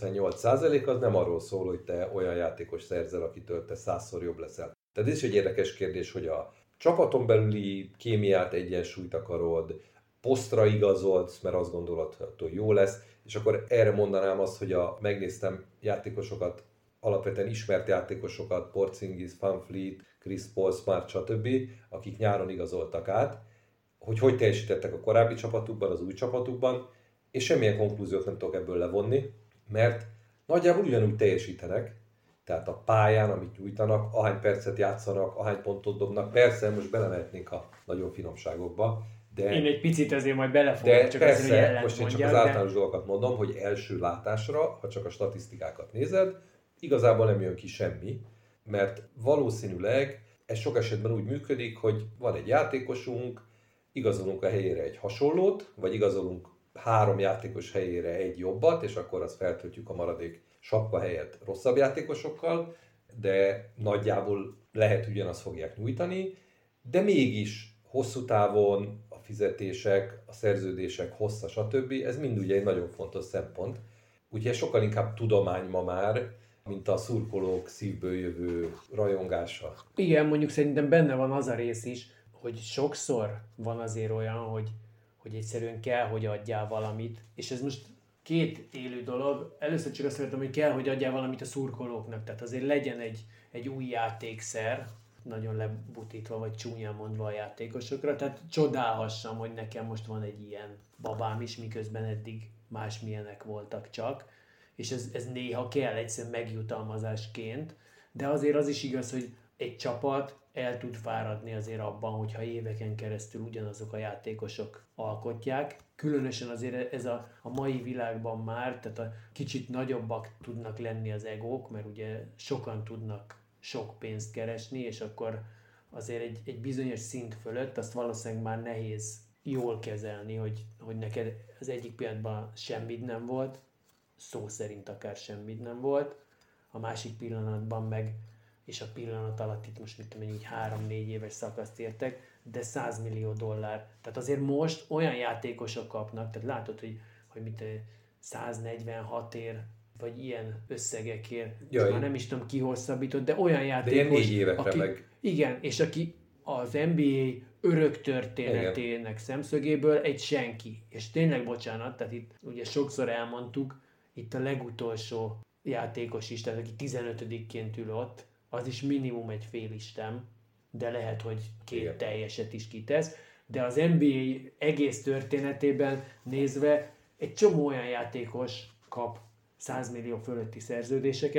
98% az nem arról szól, hogy te olyan játékos szerzel, akitől te 100-szor jobb leszel. Tehát ez is egy érdekes kérdés, hogy a csapaton belüli kémiát, egyensúlyt akarod, posztra igazolsz, mert azt gondolod, hogy jó lesz, és akkor erre mondanám azt, hogy megnéztem játékosokat, alapvetően ismert játékosokat, Porzingis, Van Fleet, Chris Paul, Smart, stb., akik nyáron igazoltak át, hogy teljesítettek a korábbi csapatukban, az új csapatukban, és semmilyen konklúziót nem tudok ebből levonni, mert nagyjából ugyanúgy teljesítenek, tehát a pályán, amit nyújtanak, ahány percet játszanak, ahány pontot dobnak, persze most belemehetnénk a nagyon finomságokba, de... Én egy picit ezért majd belefogok, csak persze, azért, most én csak az általános dolgokat mondom, hogy első látásra, ha csak a statisztikákat nézed, igazából nem jön ki semmi, mert valószínűleg ez sok esetben úgy működik, hogy van egy játékosunk, igazolunk a helyére egy hasonlót, vagy igazolunk 3 játékos helyére egy jobbat, és akkor azt feltöltjük a maradék sapka helyett rosszabb játékosokkal, de nagyjából lehet ugyanazt fogják nyújtani, de mégis hosszú távon a fizetések, a szerződések hossza, stb. Ez mind ugye egy nagyon fontos szempont. Úgyhogy sokkal inkább tudomány ma már, mint a szurkolók szívből jövő rajongása. Igen, mondjuk szerintem benne van az a rész is, hogy sokszor van azért olyan, hogy egyszerűen kell, hogy adjál valamit, és ez most 2 élő dolog. Először csak azt szeretem, hogy kell, hogy adjál valamit a szurkolóknak, tehát azért legyen egy új játékszer, nagyon lebutítva vagy csúnyán mondva a játékosokra, tehát csodálhassam, hogy nekem most van egy ilyen babám is, miközben eddig másmilyenek voltak csak, és ez néha kell egyszerűen megjutalmazásként, de azért az is igaz, hogy egy csapat el tud fáradni azért abban, hogyha éveken keresztül ugyanazok a játékosok alkotják. Különösen azért ez a mai világban már, tehát a kicsit nagyobbak tudnak lenni az egók, mert ugye sokan tudnak sok pénzt keresni, és akkor azért egy bizonyos szint fölött azt valószínűleg már nehéz jól kezelni, hogy neked az egyik pillanatban semmit nem volt, szó szerint akár semmit nem volt, a másik pillanatban meg, és a pillanat alatt itt most mit tudom én, így 3-4 éves szakaszt értek, de $100 millió. Tehát azért most olyan játékosok kapnak, tehát látod, hogy mit 146 ér, vagy ilyen összegekért, már nem is tudom ki hosszabbított, de olyan játékos, de ilyen 4 évekre aki, meg. Igen, és aki az NBA örök történetének szemszögéből egy senki. És tényleg bocsánat, tehát itt ugye sokszor elmondtuk, itt a legutolsó játékos is, tehát aki 15-ként ül ott, az is minimum egy félistem, de lehet, hogy 2 teljeset is kitesz. De az NBA egész történetében nézve egy csomó olyan játékos kap 100 millió fölötti szerződéseket,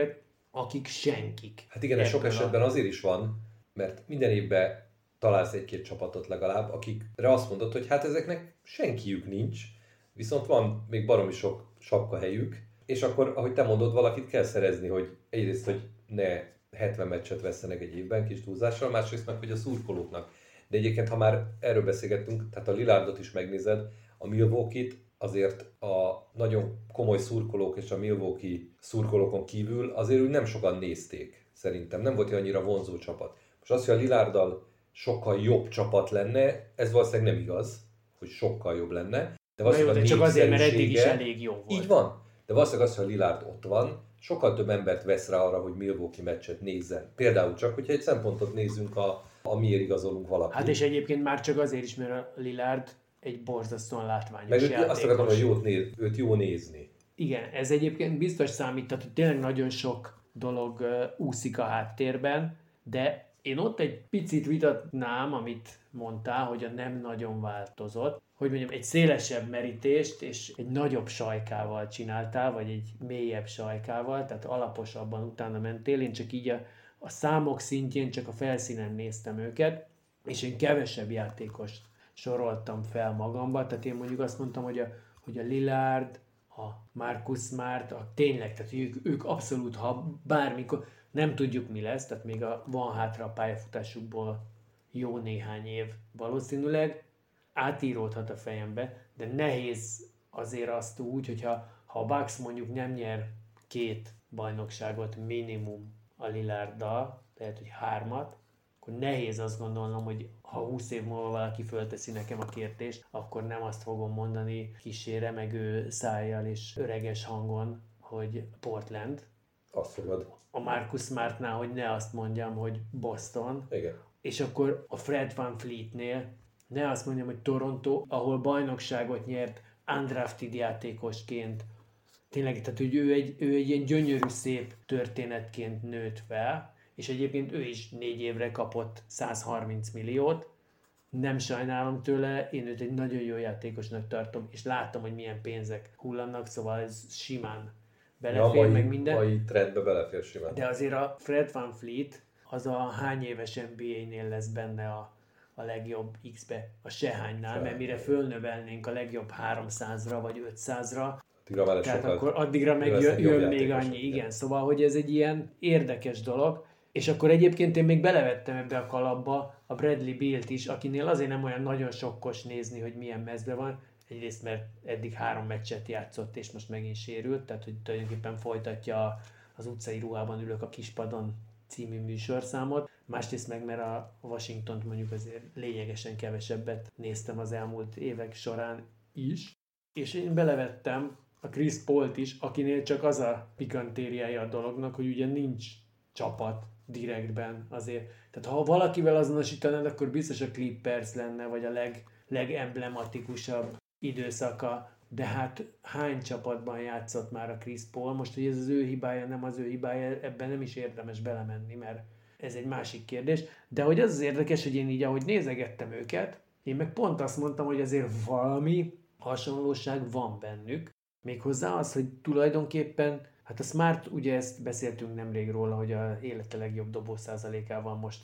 akik senkik. Hát igen, ez sok esetben azért is van, mert minden évben találsz egy-két csapatot legalább, akikre azt mondod, hogy hát ezeknek senkiük nincs, viszont van még baromi sok sapkahelyük, és akkor, ahogy te mondod, valakit kell szerezni, hogy egyrészt, hogy ne 70 meccset vesszenek egy évben kis túlzással, másrészt meg, hogy a szurkolóknak. De egyébként, ha már erről beszélgettünk, tehát a Lillardot is megnézed, a Milwaukee-t azért a nagyon komoly szurkolók és a Milwaukee szurkolókon kívül azért úgy nem sokan nézték, szerintem. Nem volt annyira vonzó csapat. Most az, hogy a Lillarddal sokkal jobb csapat lenne, ez valószínűleg nem igaz, hogy sokkal jobb lenne. De csak azért, mert eddig is elég jó volt. Így van. De valószínűleg az, hogy a Lillard ott van, sokkal több embert vesz rá arra, hogy Milwaukee meccset nézzen. Például csak, hogyha egy szempontot nézzünk, amiért igazolunk valakit. Hát és egyébként már csak azért is, mert a Lillard egy borzasztóan látványos meg játékos. Azt akarom, hogy őt jó nézni. Igen, ez egyébként biztos számít, tehát hogy tényleg nagyon sok dolog úszik a háttérben, de én ott egy picit vitatnám, amit mondtál, hogy a nem nagyon változott. Hogy mondjam, egy szélesebb merítést és egy nagyobb sajkával csináltál, vagy egy mélyebb sajkával, tehát alaposabban utána mentél. Én csak így a számok szintjén, csak a felszínen néztem őket, és én kevesebb játékost soroltam fel magamba. Tehát én mondjuk azt mondtam, hogy a Lillard, a Marcus Smart, tényleg, tehát ők abszolút, ha bármikor, nem tudjuk mi lesz, tehát még van hátra a pályafutásukból jó néhány év valószínűleg, átíródhat a fejembe, de nehéz azért azt úgy, hogyha a Bucks mondjuk nem nyer 2 bajnokságot minimum a Lillarddal, lehet, hogy 3, akkor nehéz azt gondolnom, hogy ha 20 év múlva valaki fölteszi nekem a kérdést, akkor nem azt fogom mondani kissé remegő szájjal és öreges hangon, hogy Portland. Azt fogod. A Marcus Smartnál, hogy ne azt mondjam, hogy Boston. Igen. És akkor a Fred VanVleetnél ne azt mondjam, hogy Toronto, ahol bajnokságot nyert undrafted játékosként. Tényleg, tehát hogy ő egy ilyen gyönyörű, szép történetként nőtt fel, és egyébként ő is 4 évre kapott 130 milliót. Nem sajnálom tőle, én őt egy nagyon jó játékosnak tartom, és látom, hogy milyen pénzek hullanak, szóval ez simán belefér, meg minden. Mai trendbe belefér simán. De azért a Fred VanVleet az a hány éves NBA-nél lesz benne a legjobb X-be, a sehánynál, mert mire fölnövelnénk a legjobb 300-ra vagy 500-ra, tehát akkor addigra meg jön még annyi, igen. Szóval, hogy ez egy ilyen érdekes dolog, és akkor egyébként én még belevettem ebbe a kalapba a Bradley Bealt is, akinél azért nem olyan nagyon sokkos nézni, hogy milyen mezbe van. Egyrészt, mert eddig 3 meccset játszott, és most megint sérült, tehát hogy tulajdonképpen folytatja az utcai ruhában ülök a kispadon című műsorszámot. Másrészt meg, mert a Washingtont mondjuk azért lényegesen kevesebbet néztem az elmúlt évek során is. És én belevettem a Chris Pault is, akinél csak az a pikantériája a dolognak, hogy ugye nincs csapat direktben azért. Tehát ha valakivel azonosítanád, akkor biztos a Clippers lenne, vagy a legemblematikusabb időszaka, de hát hány csapatban játszott már a Chris Paul? Most, hogy ez az ő hibája, nem az ő hibája, ebben nem is érdemes belemenni, mert ez egy másik kérdés. De hogy az érdekes, hogy én így, ahogy nézegettem őket, én meg pont azt mondtam, hogy azért valami hasonlóság van bennük. Méghozzá az, hogy tulajdonképpen, hát a Smart, ugye ezt beszéltünk nemrég róla, hogy a élete legjobb dobó százalékával most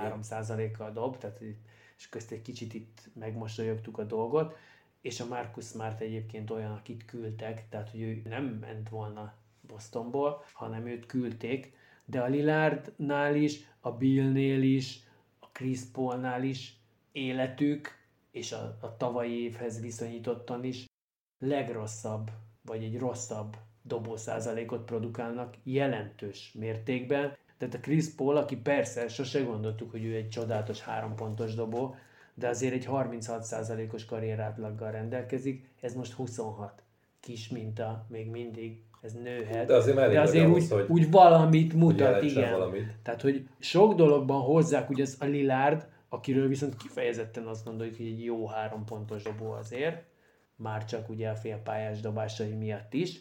43%-kal dob, tehát és közt egy kicsit itt megmosolyogtuk a dolgot, és a Marcus Smart egyébként olyan, akit küldtek, tehát hogy ő nem ment volna Bostonból, hanem őt küldték, de a Lillardnál is, a Billnél is, a Chris Paulnál is életük, és a tavalyi évhez viszonyítottan is legrosszabb, vagy egy rosszabb dobószázalékot produkálnak jelentős mértékben. Tehát a Chris Paul, aki persze sose gondoltuk, hogy ő egy csodálatos 3 pontos dobó, de azért egy 36%-os karrierátlaggal rendelkezik, ez most 26. Kis minta, még mindig, ez nőhet. De azért úgy valamit mutat, igen. Valamit. Tehát, hogy sok dologban hozzák, ugye a Lillard, akiről viszont kifejezetten azt gondoljuk, hogy egy jó 3 pontos dobó azért, már csak ugye a félpályás dobásai miatt is,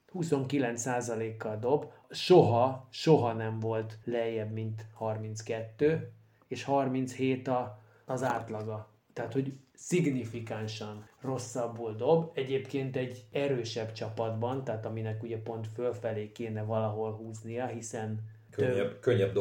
29%-kal dob, soha nem volt lejjebb, mint 32, és 37 az átlaga Tehát, hogy szignifikánsan rosszabbul dob, egyébként egy erősebb csapatban, tehát aminek ugye pont fölfelé kéne valahol húznia, hiszen könnyebb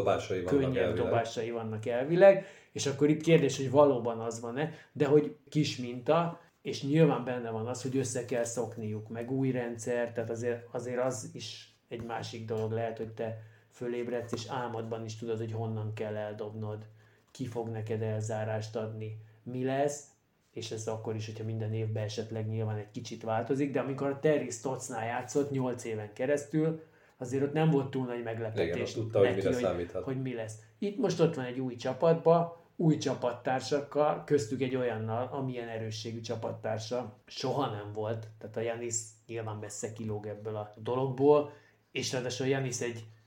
dobásai vannak elvileg, és akkor itt kérdés, hogy valóban az van-e, de hogy kis minta, és nyilván benne van az, hogy össze kell szokniuk, meg új rendszer, tehát azért az is egy másik dolog lehet, hogy te fölébredsz, és álmodban is tudod, hogy honnan kell eldobnod, ki fog neked elzárást adni, mi lesz, és ez akkor is, hogyha minden évben esetleg nyilván egy kicsit változik, de amikor a Terry Stottsnál játszott 8 éven keresztül, azért ott nem volt túl nagy meglepetés. Igen, tudta, neki, hogy mi lesz. Itt most ott van egy új csapatba, új csapattársakkal, köztük egy olyannal, amilyen erősségű csapattársa soha nem volt. Tehát a Giannis nyilván messze kilóg ebből a dologból, és ráadásul a Giannis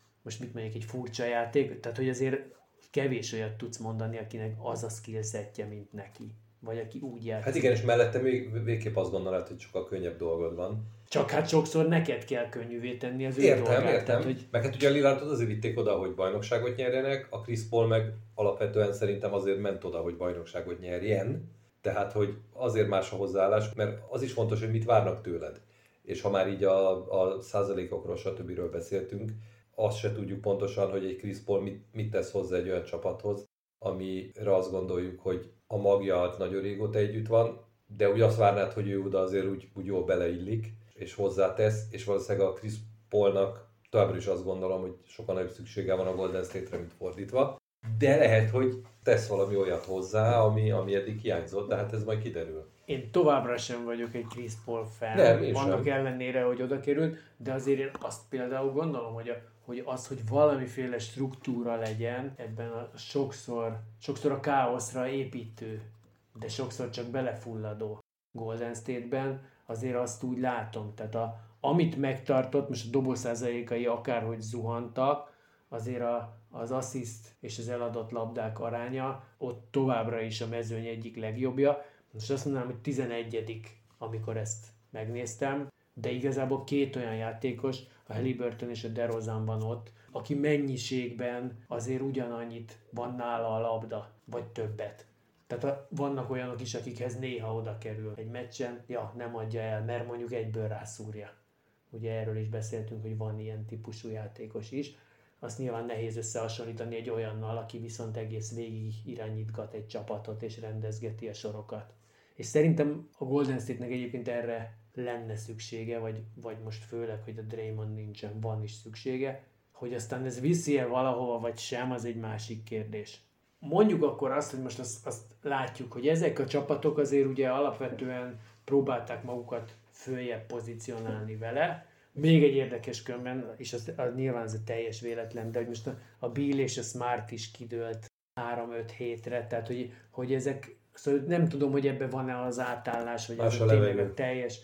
egy furcsa játék, tehát hogy azért kevés olyat tudsz mondani, akinek az a skillsetje, mint neki. Vagy aki úgy játszik. Hát igen, és mellette még végképp azt gondolod, hogy sokkal könnyebb dolgod van. Csak hát sokszor neked kell könnyűvé tenni az ő dolgát. Értem. Tehát, hogy... Meg hát ugye a Lillardot azért vitték oda, hogy bajnokságot nyerjenek, a Chris Paul meg alapvetően szerintem azért ment oda, hogy bajnokságot nyerjen. Tehát, hogy azért más a hozzáállás, mert az is fontos, hogy mit várnak tőled. És ha már így a százalékokról, stb. Beszéltünk, azt se tudjuk pontosan, hogy egy Chris Paul mit tesz hozzá egy olyan csapathoz, amire azt gondoljuk, hogy a magja nagyon régóta együtt van, de úgy azt várnád, hogy ő oda azért úgy jól beleillik, és hozzátesz, és valószínűleg a Chris Paulnak továbbra is azt gondolom, hogy sokkal nagyobb szüksége van a Golden State-re, mint fordítva, de lehet, hogy tesz valami olyat hozzá, ami eddig hiányzott, de hát ez majd kiderül. Én továbbra sem vagyok egy Chris Paul fan, annak ellenére, hogy oda került, de azért én azt például gondolom, hogy valamiféle struktúra legyen ebben a sokszor a káoszra építő, de sokszor csak belefulladó Golden State-ben, azért azt úgy látom. Tehát amit megtartott, most a dobószázalékai akárhogy zuhantak, azért az assziszt és az eladott labdák aránya ott továbbra is a mezőny egyik legjobbja. Most azt mondanám, hogy 11. amikor ezt megnéztem, de igazából két olyan játékos, a Haliburton és a DeRozan van ott, aki mennyiségben azért ugyanannyit van nála a labda, vagy többet. Tehát vannak olyanok is, akikhez néha oda kerül egy meccsen, nem adja el, mert mondjuk egyből rászúrja. Ugye erről is beszéltünk, hogy van ilyen típusú játékos is. Azt nyilván nehéz összehasonlítani egy olyannal, aki viszont egész végig irányítgat egy csapatot és rendezgeti a sorokat. És szerintem a Golden State-nek egyébként erre lenne szüksége, vagy most főleg, hogy a Draymond nincsen, van is szüksége, hogy aztán ez viszi-e valahova, vagy sem, az egy másik kérdés. Mondjuk akkor azt, hogy most azt látjuk, hogy ezek a csapatok azért ugye alapvetően próbálták magukat följebb pozícionálni vele. Még egy érdekes különben, és az nyilván ez a teljes véletlen, de hogy most a Beal és a Smart is kidőlt 3-5 hétre, tehát hogy ezek, szóval nem tudom, hogy ebben van-e az átállás, vagy más ez tényleg a teljes...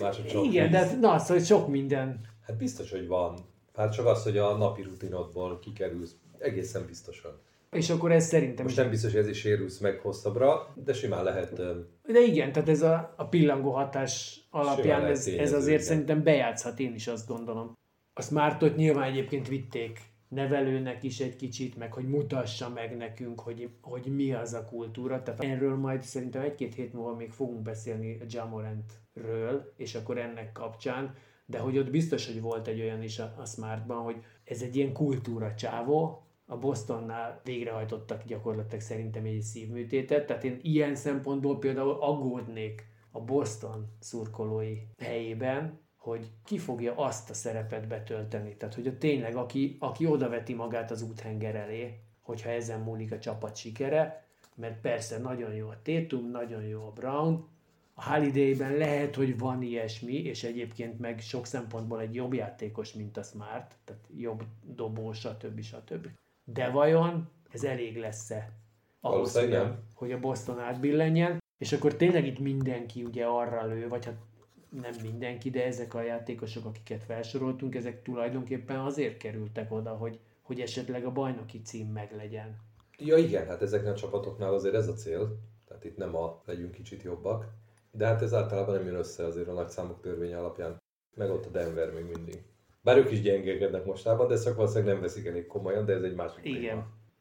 Igen, de szóval sok minden... Hát biztos, hogy van. Hát csak az, hogy a napi rutinodból kikerülsz, egészen biztosan. És akkor ez szerintem... Most nem biztos, hogy ez is sérülsz meg hosszabbra, de simán lehet... De igen, tehát ez a pillangó hatás alapján ez azért szerintem bejátszhat, én is azt gondolom. A Smartot nyilván egyébként vitték nevelőnek is egy kicsit, meg hogy mutassa meg nekünk, hogy mi az a kultúra. Tehát erről majd szerintem 1-2 hét múlva még fogunk beszélni a Ja Morantről, és akkor ennek kapcsán, de hogy ott biztos, hogy volt egy olyan is a Smartban, hogy ez egy ilyen kultúra csávó. A Bostonnál végrehajtottak gyakorlatilag szerintem egy szívműtétet, tehát én ilyen szempontból például aggódnék a Boston szurkolói helyében, hogy ki fogja azt a szerepet betölteni. Tehát, hogy tényleg, aki odaveti magát az úthenger elé, hogyha ezen múlik a csapat sikere, mert persze nagyon jó a Tatum, nagyon jó a Brown, a Holiday-ben lehet, hogy van ilyesmi, és egyébként meg sok szempontból egy jobb játékos, mint a Smart, tehát jobb dobó, stb. De vajon ez elég lesz-e ahhoz, hogy a Boston átbillenjen, és akkor tényleg itt mindenki ugye arra lő, vagy hát nem mindenki, de ezek a játékosok, akiket felsoroltunk, ezek tulajdonképpen azért kerültek oda, hogy esetleg a bajnoki cím meglegyen. Ja igen, hát ezeknél a csapatoknál azért ez a cél, tehát itt nem legyünk kicsit jobbak, de hát ez általában nem jön össze azért a nagyszámok törvény alapján, meg ott a Denver még mindig. Bár ők is gyengélkednek mostában, de ezt valószínűleg nem veszik elég komolyan, de ez egy másik téma.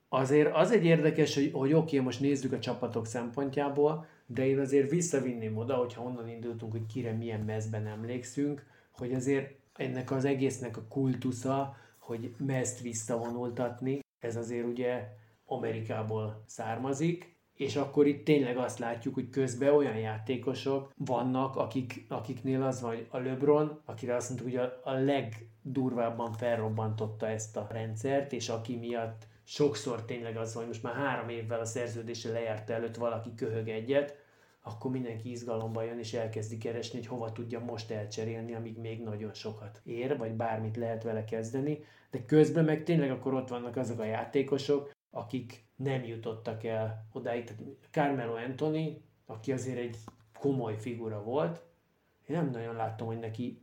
azért az egy érdekes, hogy oké, most nézzük a csapatok szempontjából, de én azért visszavinném oda, hogyha onnan indultunk, hogy kire milyen mezben emlékszünk, hogy azért ennek az egésznek a kultusza, hogy mezt visszavonultatni, ez azért ugye Amerikából származik, és akkor itt tényleg azt látjuk, hogy közben olyan játékosok vannak, akiknél az van, hogy a LeBron, akire azt mondtuk, hogy a legdurvábban felrobbantotta ezt a rendszert, és aki miatt sokszor tényleg az van, hogy most már 3 évvel a szerződése lejárta előtt valaki köhög egyet, akkor mindenki izgalomba jön és elkezdi keresni, hogy hova tudja most elcserélni, amíg még nagyon sokat ér, vagy bármit lehet vele kezdeni, de közben meg tényleg akkor ott vannak azok a játékosok, akik nem jutottak el odáig. Tehát Carmelo Anthony, aki azért egy komoly figura volt, én nem nagyon láttam, hogy neki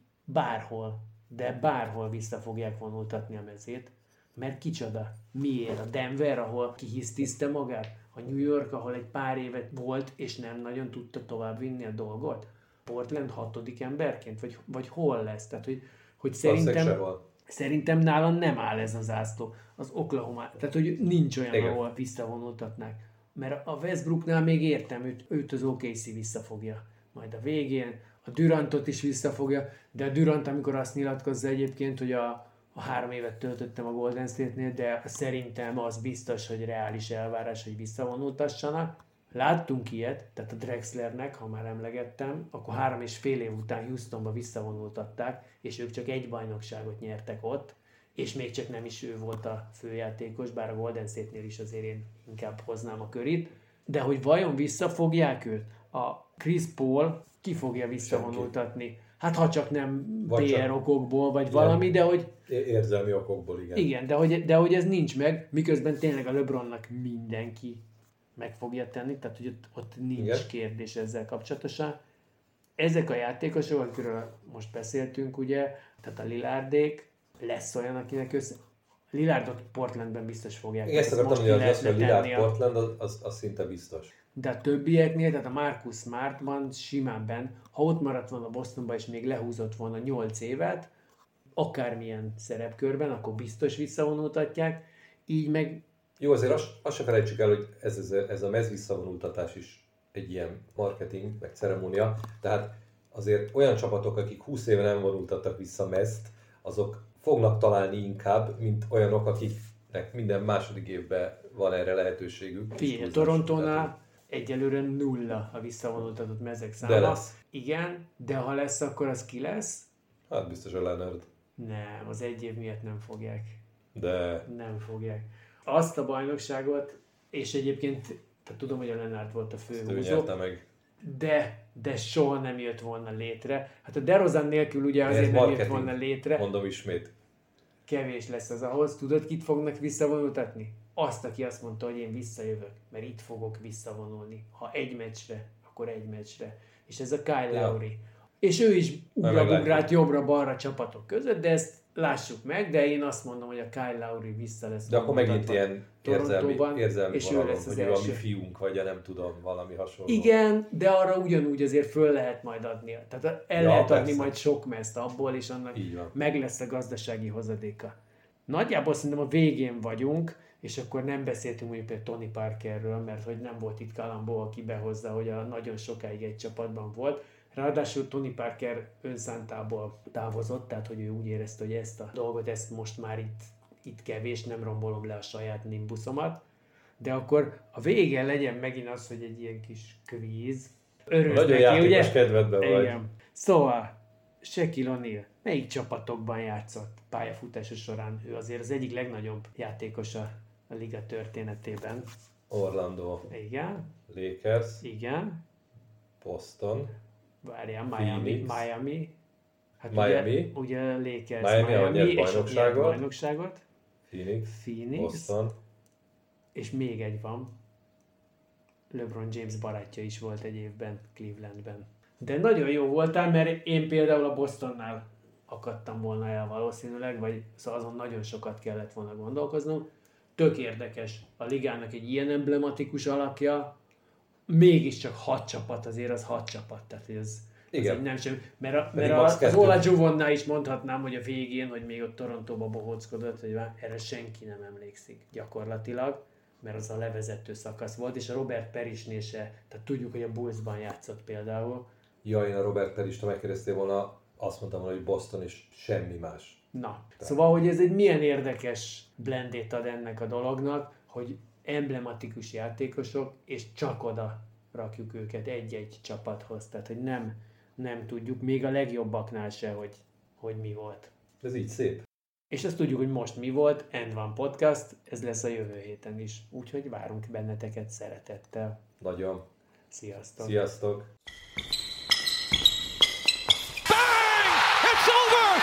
bárhol vissza fogják vonultatni a mezét, mert kicsoda, miért? A Denver, ahol kihisztiszte magát, a New York, ahol egy pár évet volt, és nem nagyon tudta tovább vinni a dolgot, Portland 6. emberként, vagy hol lesz? Tehát, hogy szerintem nálam nem áll ez az zászló. Az Oklahoma, tehát hogy nincs olyan, igen, ahol visszavonultatnák. Mert a Westbrooknál még értem, őt az OKC visszafogja. Majd a végén a Durantot is visszafogja, de a Durant, amikor azt nyilatkozza egyébként, hogy a 3 évet töltöttem a Golden State-nél, de szerintem az biztos, hogy reális elvárás, hogy visszavonultassanak. Láttunk ilyet, tehát a Drexlernek, ha már emlegettem, akkor 3,5 év után Houstonba visszavonultatták, és ők csak egy bajnokságot nyertek ott, és még csak nem is ő volt a főjátékos, bár a Golden State-nél is azért én inkább hoznám a körét. De hogy vajon visszafogják őt? A Chris Paul ki fogja visszavonultatni? Hát ha csak nem PR okokból, vagy valami, de hogy... Érzelmi okokból, igen. Igen, de hogy ez nincs meg, miközben tényleg a LeBronnak mindenki meg fogja tenni, tehát hogy ott nincs, igen, kérdés ezzel kapcsolatosan. Ezek a játékosok, akikről most beszéltünk, ugye, tehát a Lillardék, lesz olyan, akinek Lillardot Portlandben biztos fogják. Igen, ezt akartam, hogy a Lillard Portland az szinte biztos. De a többieknél, tehát a Marcus Smartban simán ha ott maradt volna Bostonban és még lehúzott volna 8 évet, akármilyen szerepkörben, akkor biztos visszavonultatják, így meg... Jó, azért azt se felejtsük el, hogy ez a mez visszavonultatás is egy ilyen marketing, meg ceremónia, tehát azért olyan csapatok, akik 20 éve nem vonultattak vissza mezt, azok fognak találni inkább, mint olyanok, akiknek minden második évben van erre lehetőségük. Figyelj, Torontónál egyelőre 0 a visszavonultatott mezek száma. De lesz. Igen, de ha lesz, akkor az ki lesz? Hát biztos a Leonard. Nem, az 1 év miatt nem fogják. De... Nem fogják. Azt a bajnokságot, és egyébként tehát tudom, hogy a Leonard volt a főhúzó. Ő nyerte meg. De soha nem jött volna létre. Hát a DeRozan nélkül ugye azért nem jött volna létre. Mondom ismét. Kevés lesz az ahhoz. Tudod, kit fognak visszavonultatni? Azt, aki azt mondta, hogy én visszajövök, mert itt fogok visszavonulni. Ha egy meccsre, akkor egy meccsre. És ez a Kyle Lowry. És ő is ugrabugrált jobbra-balra csapatok között, de ezt lássuk meg, de én azt mondom, hogy a Kyle Lowry vissza lesz. De akkor megint ilyen érzelmi és ő lesz az első. Hogy a mi fiunk, vagy nem tudom, valami hasonló. Igen, de arra ugyanúgy azért föl lehet majd adni. Tehát lehet adni majd sok mezt abból, és annak meg lesz a gazdasági hozadéka. Nagyjából szerintem a végén vagyunk, és akkor nem beszéltünk mondjuk például Tony Parkerről, mert hogy nem volt itt Kalambó, aki behozza, hogy nagyon sokáig egy csapatban volt. Ráadásul Tony Parker önszántából távozott, tehát hogy ő úgy érezte, hogy ezt a dolgot, ezt most már itt kevés, nem rombolom le a saját nimbuszomat. De akkor a végén legyen megint az, hogy egy ilyen kis kvíz. Örülsz nagyon neki, ugye? Kedvedben vagy. Igen. Szóval, Shaquille O'Neal melyik csapatokban játszott pályafutása során? Ő azért az egyik legnagyobb játékos a liga történetében. Orlando. Igen. Lakers. Igen. Boston. Várjál, Miami. Hát Miami. Ugye Lakers, Miami és bajnokságot. Phoenix. Boston. És még egy van. LeBron James barátja is volt egy évben Clevelandben. De nagyon jó voltál, mert én például a Bostonnál akadtam volna el valószínűleg, vagy szóval azon nagyon sokat kellett volna gondolkoznom. Tök érdekes. A ligának egy ilyen emblematikus alakja, mégiscsak 6 csapat, azért az 6 csapat, tehát ez nem sem. Mert az Olajuwonnál is mondhatnám, hogy a végén, hogy még ott Torontóba bohóckodott, hogy erre senki nem emlékszik gyakorlatilag. mert az a levezető szakasz volt, és a Robert Parisnél se, tehát tudjuk, hogy a Bullsban játszott például. Ja, én a Robert Parist-ha megkérdeztél volna, azt mondtam volna, hogy Boston és semmi más. Na, szóval, hogy ez egy milyen érdekes blendét ad ennek a dolognak, hogy emblematikus játékosok, és csak oda rakjuk őket egy-egy csapathoz. Tehát, hogy nem tudjuk, még a legjobbaknál se, hogy mi volt. Ez így szép. És azt tudjuk, hogy most mi volt, End One Podcast, ez lesz a jövő héten is. Úgyhogy várunk benneteket szeretettel. Nagyon. Sziasztok! Sziasztok!